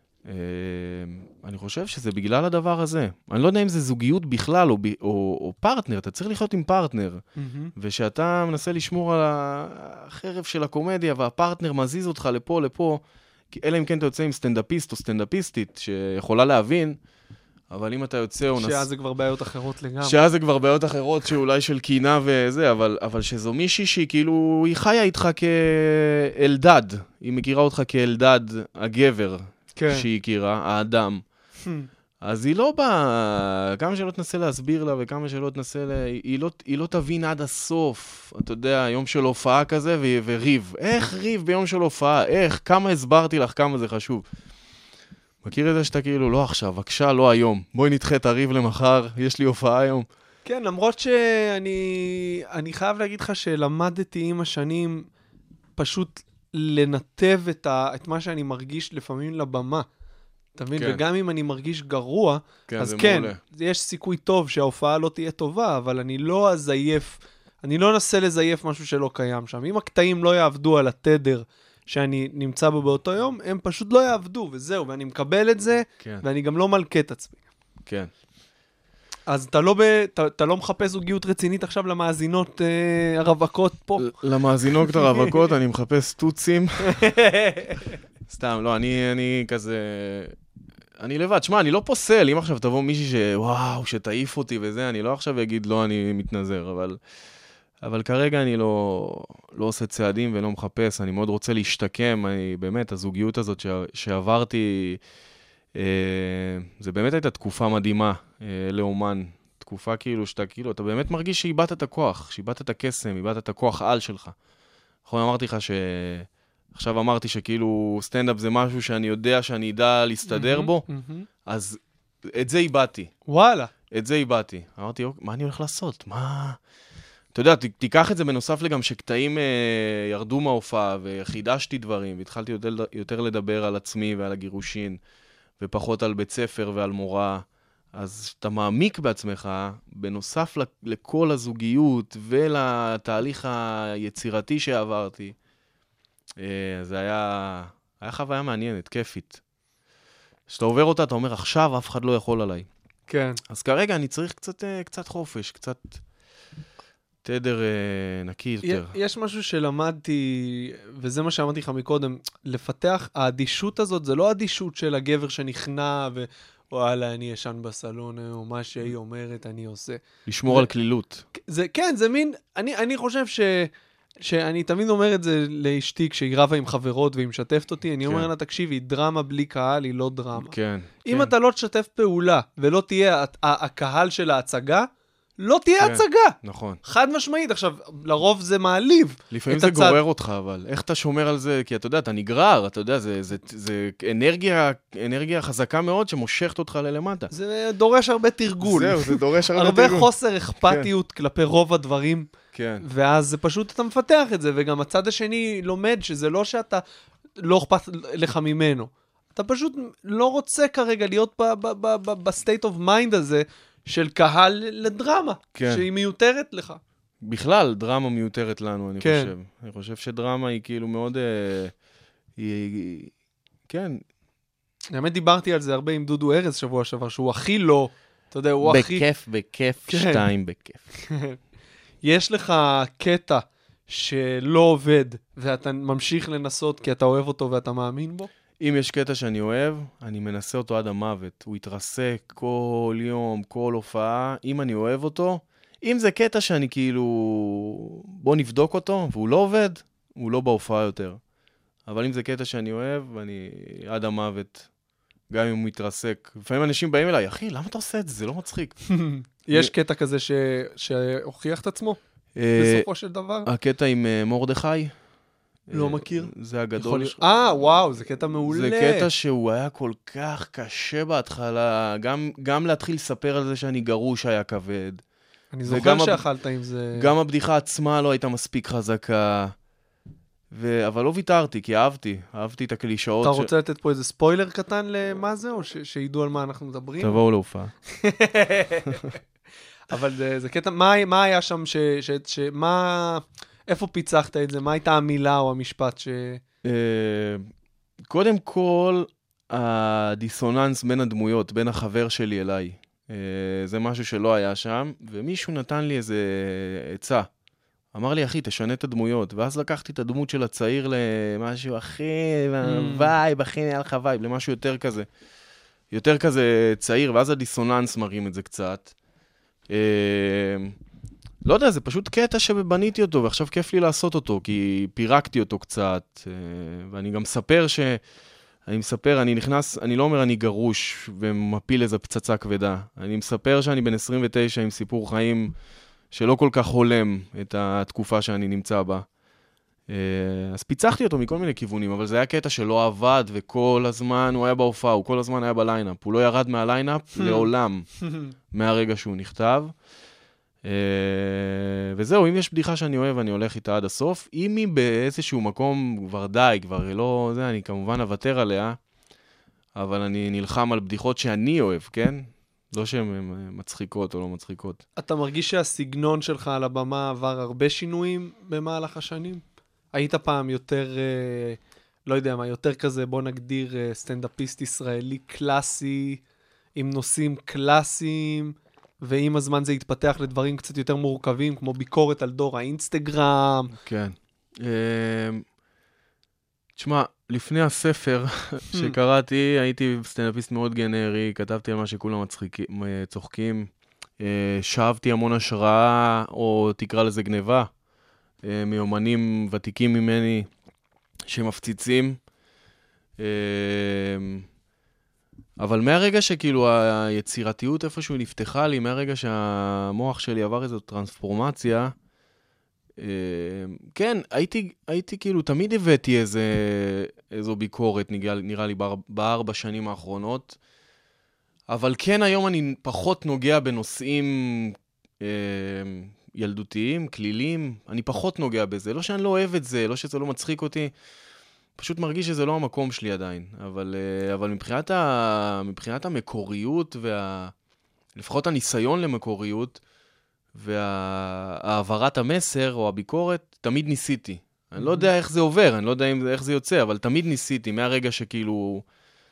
אני חושב שזה בגלל הדבר הזה. אני לא יודע אם זה זוגיות בכלל או, או, או פרטנר, אתה צריך לחיות עם פרטנר. Mm-hmm. ושאתה מנסה לשמור על החרב של הקומדיה והפרטנר מזיז אותך לפה, לפה, אלא אם כן אתה יוצא עם סטנדאפיסט או סטנדאפיסטית שיכולה להבין, אבל אם אתה יוצא... שאז זה כבר בעיות אחרות לגמרי. שאז זה כבר בעיות אחרות שאולי של קינה וזה, אבל, אבל שזו מישהי שהיא כאילו, היא חיה איתך כאלדד. היא מכירה אותך כאלדד הגבר. כן. שהיא הכירה, האדם. אז היא לא באה, כמה שלא תנסה להסביר לה וכמה שלא תנסה, לה, היא, לא, היא לא תבין עד הסוף. אתה יודע, יום של הופעה כזה ו- וריב. איך ריב ביום של הופעה? איך? כמה הסברתי לך כמה זה חשוב? מכיר את זה שאתה כאילו, לא עכשיו, בבקשה, לא היום. בואי נדחה את הריב למחר, יש לי הופעה היום. כן, למרות שאני אני חייב להגיד לך שלמדתי עם השנים פשוט... לנתב את, ה, את מה שאני מרגיש לפעמים לבמה. אתה מבין? כן. וגם אם אני מרגיש גרוע, כן, אז כן, מעולה. יש סיכוי טוב שההופעה לא תהיה טובה, אבל אני לא אזייף, אני לא אנסה לזייף משהו שלא קיים שם. אם הקטעים לא יעבדו על התדר שאני נמצא בו באותו יום, הם פשוט לא יעבדו, וזהו, ואני מקבל את זה, כן. ואני גם לא מלכה את עצמי. כן. אז אתה לא, ב, אתה, אתה לא מחפש זוגיות רצינית עכשיו למאזינות אה, הרווקות פה? למאזינות הרווקות אני מחפש טוצים. סתם, לא, אני, אני כזה... אני לבד. שמה, אני לא פוסל. אם עכשיו תבוא מישהי שוואו, שתעיף אותי וזה, אני לא עכשיו אגיד לא, אני מתנזר, אבל... אבל כרגע אני לא, לא עושה צעדים ולא מחפש, אני מאוד רוצה להשתקם, אני, באמת, הזוגיות הזאת ש, שעברתי, אה, זה באמת הייתה תקופה מדהימה אה, לאומן, תקופה כאילו שאתה, כאילו, אתה באמת מרגיש שאיבדת את הכוח, שאיבדת את הקסם, איבדת את הכוח על שלך. נכון, אמרתי לך ש... עכשיו אמרתי שכאילו סטנדאפ זה משהו שאני יודע שאני אדע להסתדר בו, אז את זה איבדתי. וואלה. את זה איבדתי. אמרתי, מה אני הולך לעשות? מה... אתה יודע, ת, תיקח את זה בנוסף לגם שקטעים אה, ירדו מההופעה וחידשתי דברים, והתחלתי יותר, יותר לדבר על עצמי ועל הגירושין, ופחות על בית ספר ועל מורה. אז אתה מעמיק בעצמך, בנוסף לכל הזוגיות ולתהליך היצירתי שעברתי. זה היה, היה חוויה מעניינת, כיפית. כשאתה עובר אותה, אתה אומר, עכשיו אף אחד לא יכול עליי. כן. אז כרגע אני צריך קצת, קצת חופש, קצת תדר נקי יותר. יש משהו שלמדתי, וזה מה שאמרתי לך מקודם, לפתח, האדישות הזאת, זה לא אדישות של הגבר שנכנע ו... וואלה, אני ישן בסלון, או מה שהיא אומרת, אני עושה. לשמור זה, על כלילות. זה, כן, זה מין, אני, אני חושב ש, שאני תמיד אומר את זה לאשתי, כשהיא רבה עם חברות והיא משתפת אותי, אני כן. אומר לה, תקשיבי, דרמה בלי קהל היא לא דרמה. כן. אם כן. אתה לא תשתף פעולה, ולא תהיה הקהל של ההצגה, לא תהיה כן. הצגה. נכון. חד משמעית. עכשיו, לרוב זה מעליב. לפעמים זה הצד... גורר אותך, אבל איך אתה שומר על זה? כי אתה יודע, אתה נגרר, אתה יודע, זה, זה, זה אנרגיה, אנרגיה חזקה מאוד שמושכת אותך ללמטה. זה דורש הרבה תרגול. זהו, זה דורש הרבה הרבה תרגול. הרבה חוסר אכפתיות כן. כלפי רוב הדברים. כן. ואז זה פשוט, אתה מפתח את זה, וגם הצד השני לומד שזה לא שאתה לא אכפת לך ממנו. אתה פשוט לא רוצה כרגע להיות ב-state of mind הזה, של קהל לדרמה, כן. שהיא מיותרת לך. בכלל, דרמה מיותרת לנו, אני כן. חושב. אני חושב שדרמה היא כאילו מאוד... אה, היא, היא, כן. באמת דיברתי על זה הרבה עם דודו ארז שבוע שעבר, שהוא הכי לא, אתה יודע, הוא בכיף, הכי... בכיף, בכיף, כן. שתיים בכיף. יש לך קטע שלא עובד, ואתה ממשיך לנסות כי אתה אוהב אותו ואתה מאמין בו? אם יש קטע שאני אוהב, אני מנסה אותו עד המוות. הוא יתרסק כל יום, כל הופעה. אם אני אוהב אותו, אם זה קטע שאני כאילו... בוא נבדוק אותו, והוא לא עובד, הוא לא בהופעה יותר. אבל אם זה קטע שאני אוהב, אני עד המוות, גם אם הוא מתרסק. לפעמים אנשים באים אליי, אחי, למה אתה עושה את זה? זה לא מצחיק. יש קטע כזה שהוכיח את עצמו, בסופו של דבר? הקטע עם מורדכי. לא מכיר. זה הגדול. אה, וואו, זה קטע מעולה. זה קטע שהוא היה כל כך קשה בהתחלה, גם, גם להתחיל לספר על זה שאני גרוש היה כבד. אני זוכר שאכלת עם זה. גם הבדיחה עצמה לא הייתה מספיק חזקה. ו... אבל לא ויתרתי, כי אהבתי. אהבתי את הקלישאות. אתה רוצה ש... לתת פה איזה ספוילר קטן למה זה, או ש... שידעו על מה אנחנו מדברים? תבואו להופעה. אבל זה, זה קטע, מה, מה היה שם, ש... ש... ש... מה... איפה פיצחת את זה? מה הייתה המילה או המשפט ש... קודם כל, הדיסוננס בין הדמויות, בין החבר שלי אליי. זה משהו שלא היה שם, ומישהו נתן לי איזה עצה. אמר לי, אחי, תשנה את הדמויות. ואז לקחתי את הדמות של הצעיר למשהו, אחי, וייב, אחי, נהיה לך וייב, למשהו יותר כזה. יותר כזה צעיר, ואז הדיסוננס מראים את זה קצת. לא יודע, זה פשוט קטע שבניתי אותו, ועכשיו כיף לי לעשות אותו, כי פירקתי אותו קצת, ואני גם מספר ש... אני מספר, אני נכנס, אני לא אומר אני גרוש ומפיל איזה פצצה כבדה. אני מספר שאני בן עשרים ותשע עם סיפור חיים שלא כל כך הולם את התקופה שאני נמצא בה. אז פיצחתי אותו מכל מיני כיוונים, אבל זה היה קטע שלא עבד, וכל הזמן הוא היה בהופעה, הוא כל הזמן היה בליינאפ. הוא לא ירד מהליינאפ לעולם, מהרגע שהוא נכתב. וזהו, אם יש בדיחה שאני אוהב, אני הולך איתה עד הסוף. אם היא באיזשהו מקום כבר די, כבר לא, זה, אני כמובן אוותר עליה, אבל אני נלחם על בדיחות שאני אוהב, כן? לא שהן מצחיקות או לא מצחיקות. אתה מרגיש שהסגנון שלך על הבמה עבר הרבה שינויים במהלך השנים? היית פעם יותר, לא יודע מה, יותר כזה, בוא נגדיר סטנדאפיסט ישראלי קלאסי, עם נושאים קלאסיים, ועם הזמן זה יתפתח לדברים קצת יותר מורכבים, כמו ביקורת על דור האינסטגרם. כן. תשמע, לפני הספר שקראתי, הייתי סטנדאפיסט מאוד גנרי, כתבתי על מה שכולם צוחקים. שאבתי המון השראה, או תקרא לזה גניבה, מיומנים ותיקים ממני שמפציצים. אבל מהרגע שכאילו היצירתיות איפשהו נפתחה לי, מהרגע שהמוח שלי עבר איזו טרנספורמציה, כן, הייתי, הייתי כאילו, תמיד הבאתי איזה, איזו ביקורת, נראה, נראה לי, בארבע שנים האחרונות, אבל כן, היום אני פחות נוגע בנושאים אה, ילדותיים, כלילים, אני פחות נוגע בזה. לא שאני לא אוהב את זה, לא שזה לא מצחיק אותי, פשוט מרגיש שזה לא המקום שלי עדיין. אבל, אה, אבל מבחינת, ה, מבחינת המקוריות, וה, לפחות הניסיון למקוריות, והעברת המסר או הביקורת, תמיד ניסיתי. אני לא יודע איך זה עובר, אני לא יודע איך זה יוצא, אבל תמיד ניסיתי, מהרגע שכאילו...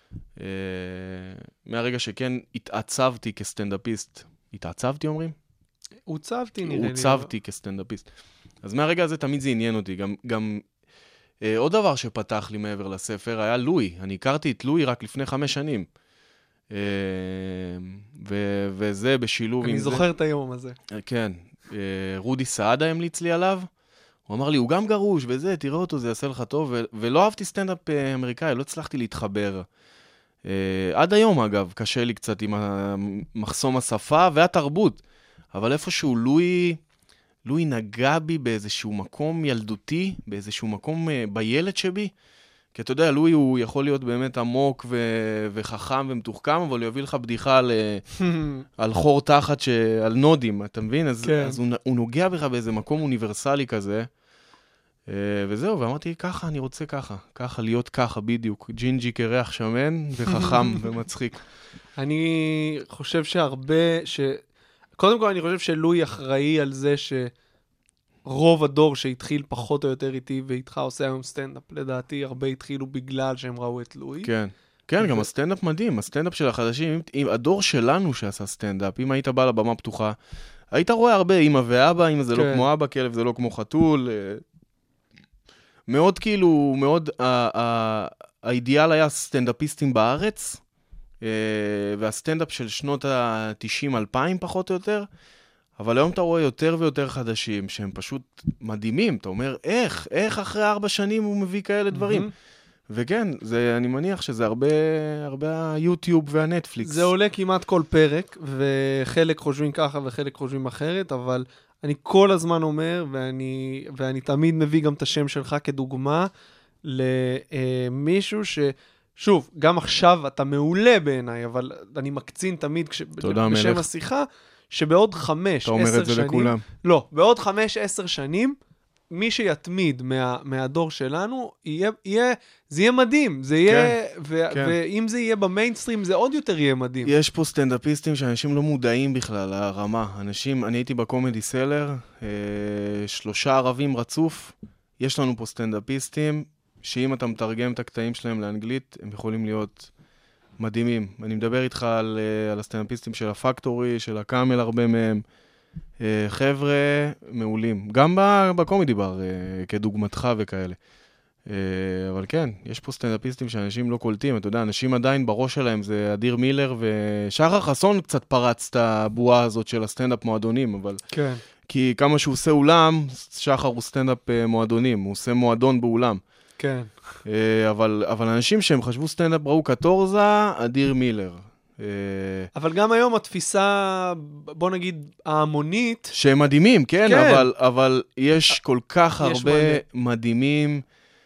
מהרגע שכן התעצבתי כסטנדאפיסט. התעצבתי אומרים? הוצבתי נראה לי. הוצבתי כסטנדאפיסט. אז מהרגע הזה תמיד זה עניין אותי. גם, גם אה, עוד דבר שפתח לי מעבר לספר היה לואי. אני הכרתי את לואי רק לפני חמש שנים. אה, ו- וזה בשילוב עם אני זה. זוכר את היום הזה. אה, כן. אה, רודי סעדה המליץ לי עליו. הוא אמר לי, הוא גם גרוש וזה, תראה אותו, זה יעשה לך טוב. ו- ולא אהבתי סטנדאפ אה, אמריקאי, לא הצלחתי להתחבר. Uh, עד היום, אגב, קשה לי קצת עם מחסום השפה והתרבות, אבל איפשהו לואי, לואי נגע בי באיזשהו מקום ילדותי, באיזשהו מקום uh, בילד שבי, כי אתה יודע, לואי הוא יכול להיות באמת עמוק ו- וחכם ומתוחכם, אבל הוא יביא לך בדיחה על, על חור תחת, ש- על נודים, אתה מבין? אז, כן. אז הוא, הוא נוגע בך באיזה מקום אוניברסלי כזה, Uh, וזהו, ואמרתי, ככה, אני רוצה ככה, ככה, להיות ככה, בדיוק, ג'ינג'י כריח שמן, וחכם ומצחיק. אני חושב שהרבה, ש... קודם כל אני חושב שלואי אחראי על זה שרוב הדור שהתחיל פחות או יותר איתי, ואיתך עושה היום סטנדאפ, לדעתי הרבה התחילו בגלל שהם ראו את לואי. כן, כן, ו... גם הסטנדאפ מדהים, הסטנדאפ של החדשים, אם, אם הדור שלנו שעשה סטנדאפ, אם היית בא לבמה פתוחה, היית רואה הרבה אמא ואבא, אמא זה כן. לא כמו אבא, כלב זה לא כמו חתול, מאוד כאילו, מאוד, האידיאל היה סטנדאפיסטים בארץ, והסטנדאפ של שנות ה-תשעים אלפיים פחות או יותר, אבל היום אתה רואה יותר ויותר חדשים, שהם פשוט מדהימים, אתה אומר, איך, איך אחרי ארבע שנים הוא מביא כאלה דברים? וכן, זה, אני מניח שזה הרבה, הרבה היוטיוב והנטפליקס. זה עולה כמעט כל פרק, וחלק חושבים ככה וחלק חושבים אחרת, אבל... אני כל הזמן אומר, ואני, ואני תמיד מביא גם את השם שלך כדוגמה, למישהו ש... שוב, גם עכשיו אתה מעולה בעיניי, אבל אני מקצין תמיד כש... בשם מלך. השיחה, שבעוד חמש, אתה אומר עשר את זה שנים... לכולם. לא, בעוד חמש, עשר שנים, מי שיתמיד מה, מהדור שלנו, יהיה, יהיה, זה יהיה מדהים, זה יהיה, כן, ו, כן. ואם זה יהיה במיינסטרים, זה עוד יותר יהיה מדהים. יש פה סטנדאפיסטים שאנשים לא מודעים בכלל לרמה. אנשים, אני הייתי בקומדי סלר, אה, שלושה ערבים רצוף, יש לנו פה סטנדאפיסטים, שאם אתה מתרגם את הקטעים שלהם לאנגלית, הם יכולים להיות מדהימים. אני מדבר איתך על, על הסטנדאפיסטים של הפקטורי, של הקאמל, הרבה מהם, חבר'ה מעולים. גם בקומדי בר, כדוגמתך וכאלה. אבל כן, יש פה סטנדאפיסטים שאנשים לא קולטים. אתה יודע, אנשים עדיין בראש שלהם זה אדיר מילר, ושחר חסון קצת פרץ את הבועה הזאת של הסטנדאפ מועדונים, אבל... כן. כי כמה שהוא עושה אולם, שחר הוא סטנדאפ מועדונים, הוא עושה מועדון באולם. כן. אבל, אבל אנשים שהם חשבו סטנדאפ ראו קטורזה, אדיר מילר. אבל גם היום התפיסה, בוא נגיד, ההמונית... שהם מדהימים, כן, כן. אבל, אבל יש כל כך יש הרבה מלא. מדהימים,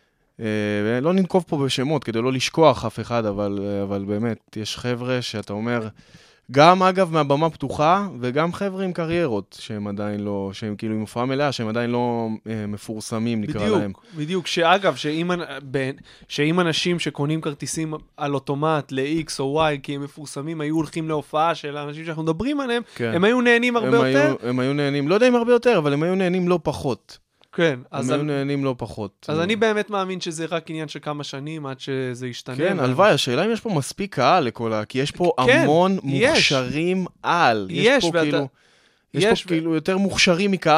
לא ננקוב פה בשמות כדי לא לשכוח אף אחד, אבל, אבל באמת, יש חבר'ה שאתה אומר... גם אגב מהבמה פתוחה, וגם חבר'ה עם קריירות, שהם עדיין לא, שהם כאילו עם הופעה מלאה, שהם עדיין לא אה, מפורסמים, נקרא בדיוק, להם. בדיוק, שאגב, שאם, שאם אנשים שקונים כרטיסים על אוטומט ל-X או Y, כי הם מפורסמים, היו הולכים להופעה של האנשים שאנחנו מדברים עליהם, כן. הם היו נהנים הרבה הם יותר. היו, הם היו נהנים, לא יודע אם הרבה יותר, אבל הם היו נהנים לא פחות. כן. הם היו נהנים לא פחות. אז אני באמת מאמין שזה רק עניין של כמה שנים עד שזה ישתנה. כן, הלוואי, השאלה אם יש פה מספיק קהל לכל ה... כי יש פה המון מוכשרים על. יש פה כאילו... יש פה כאילו יותר מוכשרים מקהל.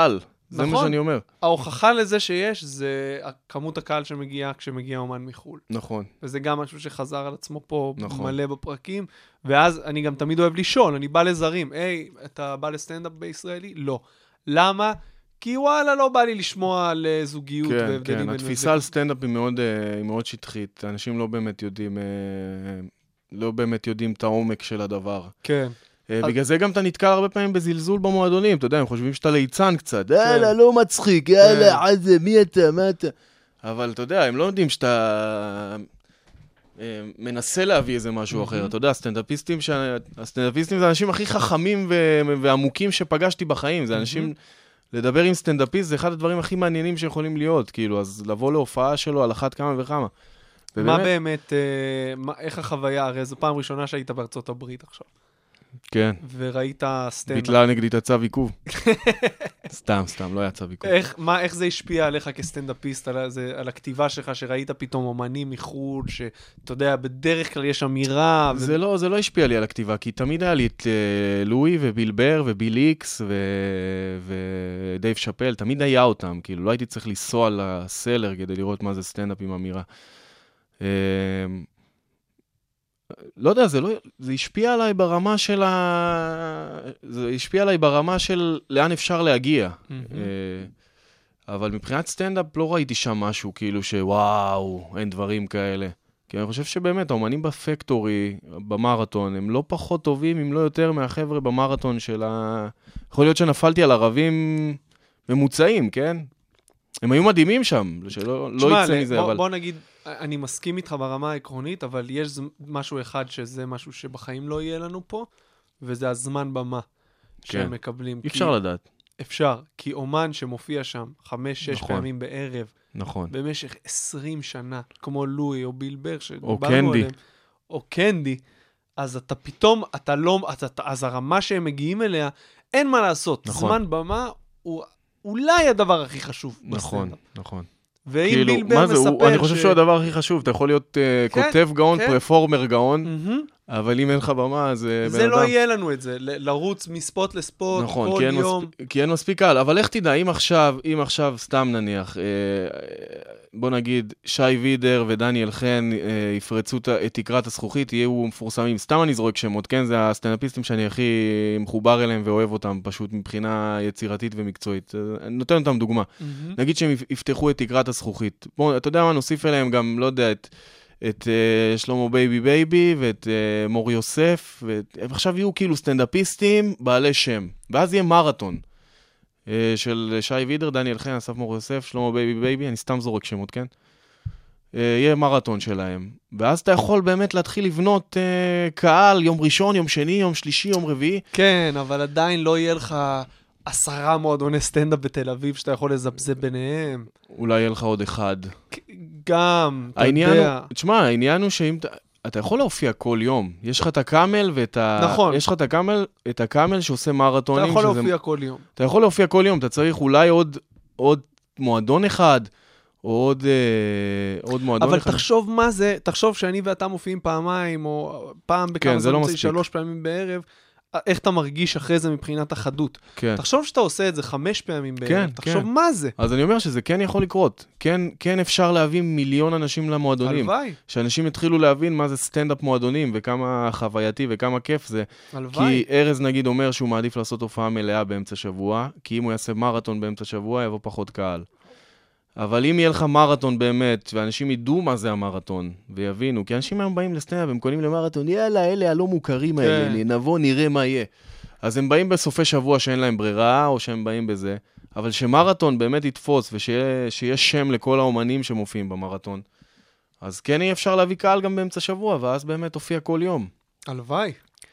זה נכון. מה שאני אומר. ההוכחה לזה שיש, זה כמות הקהל שמגיעה כשמגיע אומן מחול. נכון. וזה גם משהו שחזר על עצמו פה נכון. מלא בפרקים, ואז אני גם תמיד אוהב לשאול, אני בא לזרים, היי, אתה בא לסטנדאפ בישראלי? לא. למה? כי וואלה, לא בא לי לשמוע על זוגיות כן, והבדלים. כן, בין התפיסה זה. על סטנדאפ היא מאוד, אה, היא מאוד שטחית. אנשים לא באמת יודעים, אה, לא באמת יודעים את העומק של הדבר. כן. אה, בגלל זה גם אתה נתקע הרבה פעמים בזלזול במועדונים, אתה יודע, הם חושבים שאתה ליצן קצת. כן. יאללה, לא מצחיק, יאללה, עזה, מי אתה, מה אתה? אבל אתה יודע, הם לא יודעים שאתה אה, מנסה להביא איזה משהו אחר. אתה יודע, הסטנדאפיסטים, ש... הסטנדאפיסטים זה האנשים הכי חכמים ו... ועמוקים שפגשתי בחיים. זה אנשים... לדבר עם סטנדאפיסט זה אחד הדברים הכי מעניינים שיכולים להיות, כאילו, אז לבוא להופעה שלו על אחת כמה וכמה. מה באמת, אה, מה, איך החוויה? הרי זו פעם ראשונה שהיית בארצות הברית עכשיו. כן. וראית סטנדאפ. ביטלה נגדי את הצו עיכוב. סתם, סתם, לא היה צו עיכוב. איך, מה, איך זה השפיע עליך כסטנדאפיסט, על, זה, על הכתיבה שלך, שראית פתאום אומנים מחו"ל, שאתה יודע, בדרך כלל יש אמירה. זה ו... לא, זה לא השפיע לי על הכתיבה, כי תמיד היה לי את uh, לואי וביל בר וביל איקס ו... ודייב שאפל, תמיד היה אותם, כאילו, לא הייתי צריך לנסוע לסלר כדי לראות מה זה סטנדאפ עם אמירה. Uh, לא יודע, זה, לא, זה השפיע עליי ברמה של ה... זה השפיע עליי ברמה של לאן אפשר להגיע. Mm-hmm. אבל מבחינת סטנדאפ לא ראיתי שם משהו כאילו שוואו, אין דברים כאלה. כי אני חושב שבאמת, האומנים בפקטורי, במרתון, הם לא פחות טובים, אם לא יותר מהחבר'ה במרתון של ה... יכול להיות שנפלתי על ערבים ממוצעים, כן? הם היו מדהימים שם, שלא לא יצא מזה, בוא, אבל... בוא נגיד, אני מסכים איתך ברמה העקרונית, אבל יש משהו אחד שזה משהו שבחיים לא יהיה לנו פה, וזה הזמן במה שהם כן. מקבלים. אי אפשר לדעת. אפשר, כי אומן שמופיע שם חמש, שש נכון. פעמים בערב, נכון. במשך עשרים שנה, כמו לואי או ביל בר, או קנדי. או קנדי, אז אתה פתאום, אתה לא, אז, אתה, אז הרמה שהם מגיעים אליה, אין מה לעשות. נכון. זמן במה הוא אולי הדבר הכי חשוב נכון, בסטנדאפ. נכון. ואם כאילו, ביל בר מה זה, מספר הוא, אני חושב ש... שהוא הדבר הכי חשוב, אתה יכול להיות uh, כן, כותב גאון, כן. פרפורמר גאון, Mm-hmm. אבל אם אין לך במה, זה בן זה אדם. לא יהיה לנו את זה, ל- לרוץ מספוט לספוט נכון, כל כי אין יום. מספיק, כי אין מספיק קהל, אבל איך תדע, אם עכשיו, אם עכשיו סתם נניח, אה, בוא נגיד, שי וידר ודניאל חן אה, יפרצו את, את תקרת הזכוכית, יהיו מפורסמים, סתם אני זורק שמות, כן? זה הסטנדאפיסטים שאני הכי מחובר אליהם ואוהב אותם, פשוט מבחינה יצירתית ומקצועית. אני נותן אותם דוגמה. Mm-hmm. נגיד שהם יפתחו את תקרת הזכוכית. בוא, אתה יודע מה, נוסיף אליהם גם, לא יודע, את... את uh, שלמה בייבי בייבי ואת uh, מור יוסף, והם עכשיו יהיו כאילו סטנדאפיסטים בעלי שם. ואז יהיה מרתון uh, של שי וידר, דניאל חן, אסף מור יוסף, שלמה בייבי בייבי, אני סתם זורק שמות, כן? Uh, יהיה מרתון שלהם. ואז אתה יכול באמת להתחיל לבנות uh, קהל יום ראשון, יום שני, יום שלישי, יום רביעי. כן, אבל עדיין לא יהיה לך עשרה מועדוני סטנדאפ בתל אביב שאתה יכול לזבזב ביניהם. אולי יהיה לך עוד אחד. גם, אתה העניין יודע. הוא, תשמע, העניין הוא שאם אתה, אתה יכול להופיע כל יום. יש לך את הקאמל ואת ה... נכון. יש לך את הקאמל, את הקאמל שעושה מרתונים. אתה יכול שזה... להופיע כל יום. אתה יכול להופיע כל יום, אתה צריך אולי עוד, עוד מועדון אחד, או עוד, אה, עוד מועדון אבל אחד. אבל תחשוב מה זה, תחשוב שאני ואתה מופיעים פעמיים, או פעם בכמה כן, זה לא זמן, מספיק. שלוש פעמים בערב, איך אתה מרגיש אחרי זה מבחינת החדות. כן. תחשוב שאתה עושה את זה חמש פעמים בערב, כן, תחשוב כן. מה זה. אז אני אומר שזה כן יכול לקרות. כן, כן אפשר להביא מיליון אנשים למועדונים. הלוואי, שאנשים יתחילו להבין מה זה סטנדאפ מועדונים, וכמה חווייתי וכמה כיף זה. הלוואי. כי ארז נגיד אומר שהוא מעדיף לעשות הופעה מלאה באמצע שבוע, כי אם הוא יעשה מרתון באמצע שבוע, יבוא פחות קהל. אבל אם יהיה לך מרתון באמת, ואנשים ידעו מה זה המרתון, ויבינו, כי אנשים היום באים לסטנדאפ, הם קונים למרתון, יאללה, אלה הלא מוכרים האלה, כן. נבוא, נראה מה יהיה. אז הם באים בסופי שבוע שאין להם ברירה, או שהם באים בזה, אבל שמרתון באמת יתפוס, ושיהיה שם לכל האומנים שמופיעים במרתון, אז כן יהיה אפשר להביא קהל גם באמצע שבוע, ואז באמת הופיע כל יום. הלוואי,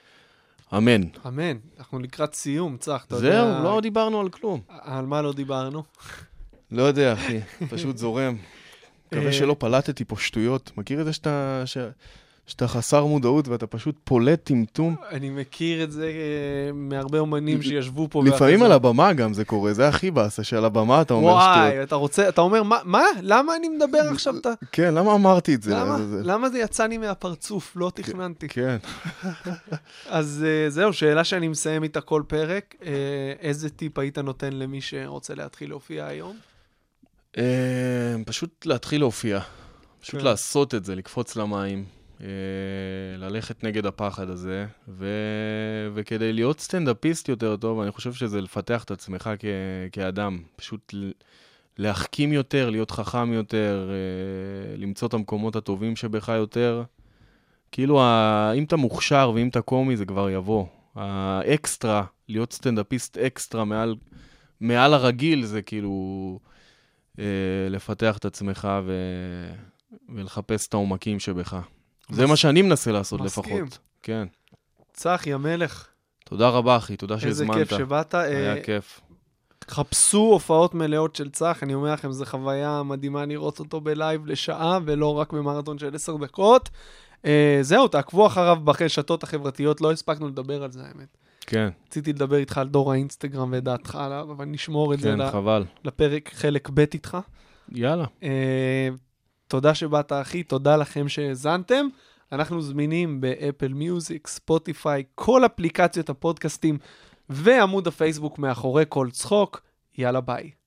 אמן. אמן. אנחנו לקראת סיום, צח, אתה יודע. זהו, לא דיברנו על כלום. על מה לא דיברנו? לא יודע, אחי, פשוט זורם. מקווה שלא פלטתי פה שטויות. מכיר את זה שאתה... ש... שאתה חסר מודעות ואתה פשוט פולט טמטום. אני מכיר את זה אה, מהרבה אומנים שישבו פה. לפעמים על הבמה גם זה קורה, זה הכי באסה, שעל הבמה אתה אומר וואי, שטויות. אתה רוצה, אתה אומר, מה, מה? למה אני מדבר עכשיו? אתה... כן, למה אמרתי את זה? למה? זה... למה זה יצא לי מהפרצוף? לא תכננתי. כן. אז uh, זהו, שאלה שאני מסיים איתה כל פרק, uh, איזה טיפ היית נותן למי שרוצה להתחיל להופיע היום? Uh, פשוט להתחיל להופיע. פשוט כן. לעשות את זה, לקפוץ למים. ללכת נגד הפחד הזה, ו... וכדי להיות סטנדאפיסט יותר טוב, אני חושב שזה לפתח את עצמך כ... כאדם, פשוט להחכים יותר, להיות חכם יותר, למצוא את המקומות הטובים שבך יותר. כאילו, ה... אם אתה מוכשר ואם אתה קומי, זה כבר יבוא. האקסטרה, להיות סטנדאפיסט אקסטרה מעל, מעל הרגיל, זה כאילו לפתח את עצמך ו... ולחפש את העומקים שבך. זה מה שאני מנסה לעשות לפחות. כן. צחי, המלך. תודה רבה, אחי. תודה שהזמנת. איזה כיף שבאת. היה כיף. חפשו הופעות מלאות של צח. אני אומר לכם, זו חוויה מדהימה לראות אותו בלייב לשעה, ולא רק במרתון של עשר דקות. זהו, תעקבו אחריו ברשתות החברתיות. לא הספקנו לדבר על זה, האמת. כן. רציתי לדבר איתך על דור האינסטגרם ודעתך עליו, אבל נשמור את זה לפרק חלק ב' איתך. יאללה. תודה שבאת, אחי, תודה לכם שהזנתם. אנחנו זמינים באפל מיוזיק, ספוטיפיי, כל אפליקציות הפודקאסטים ועמוד הפייסבוק מאחורי כל צחוק. יאללה, ביי.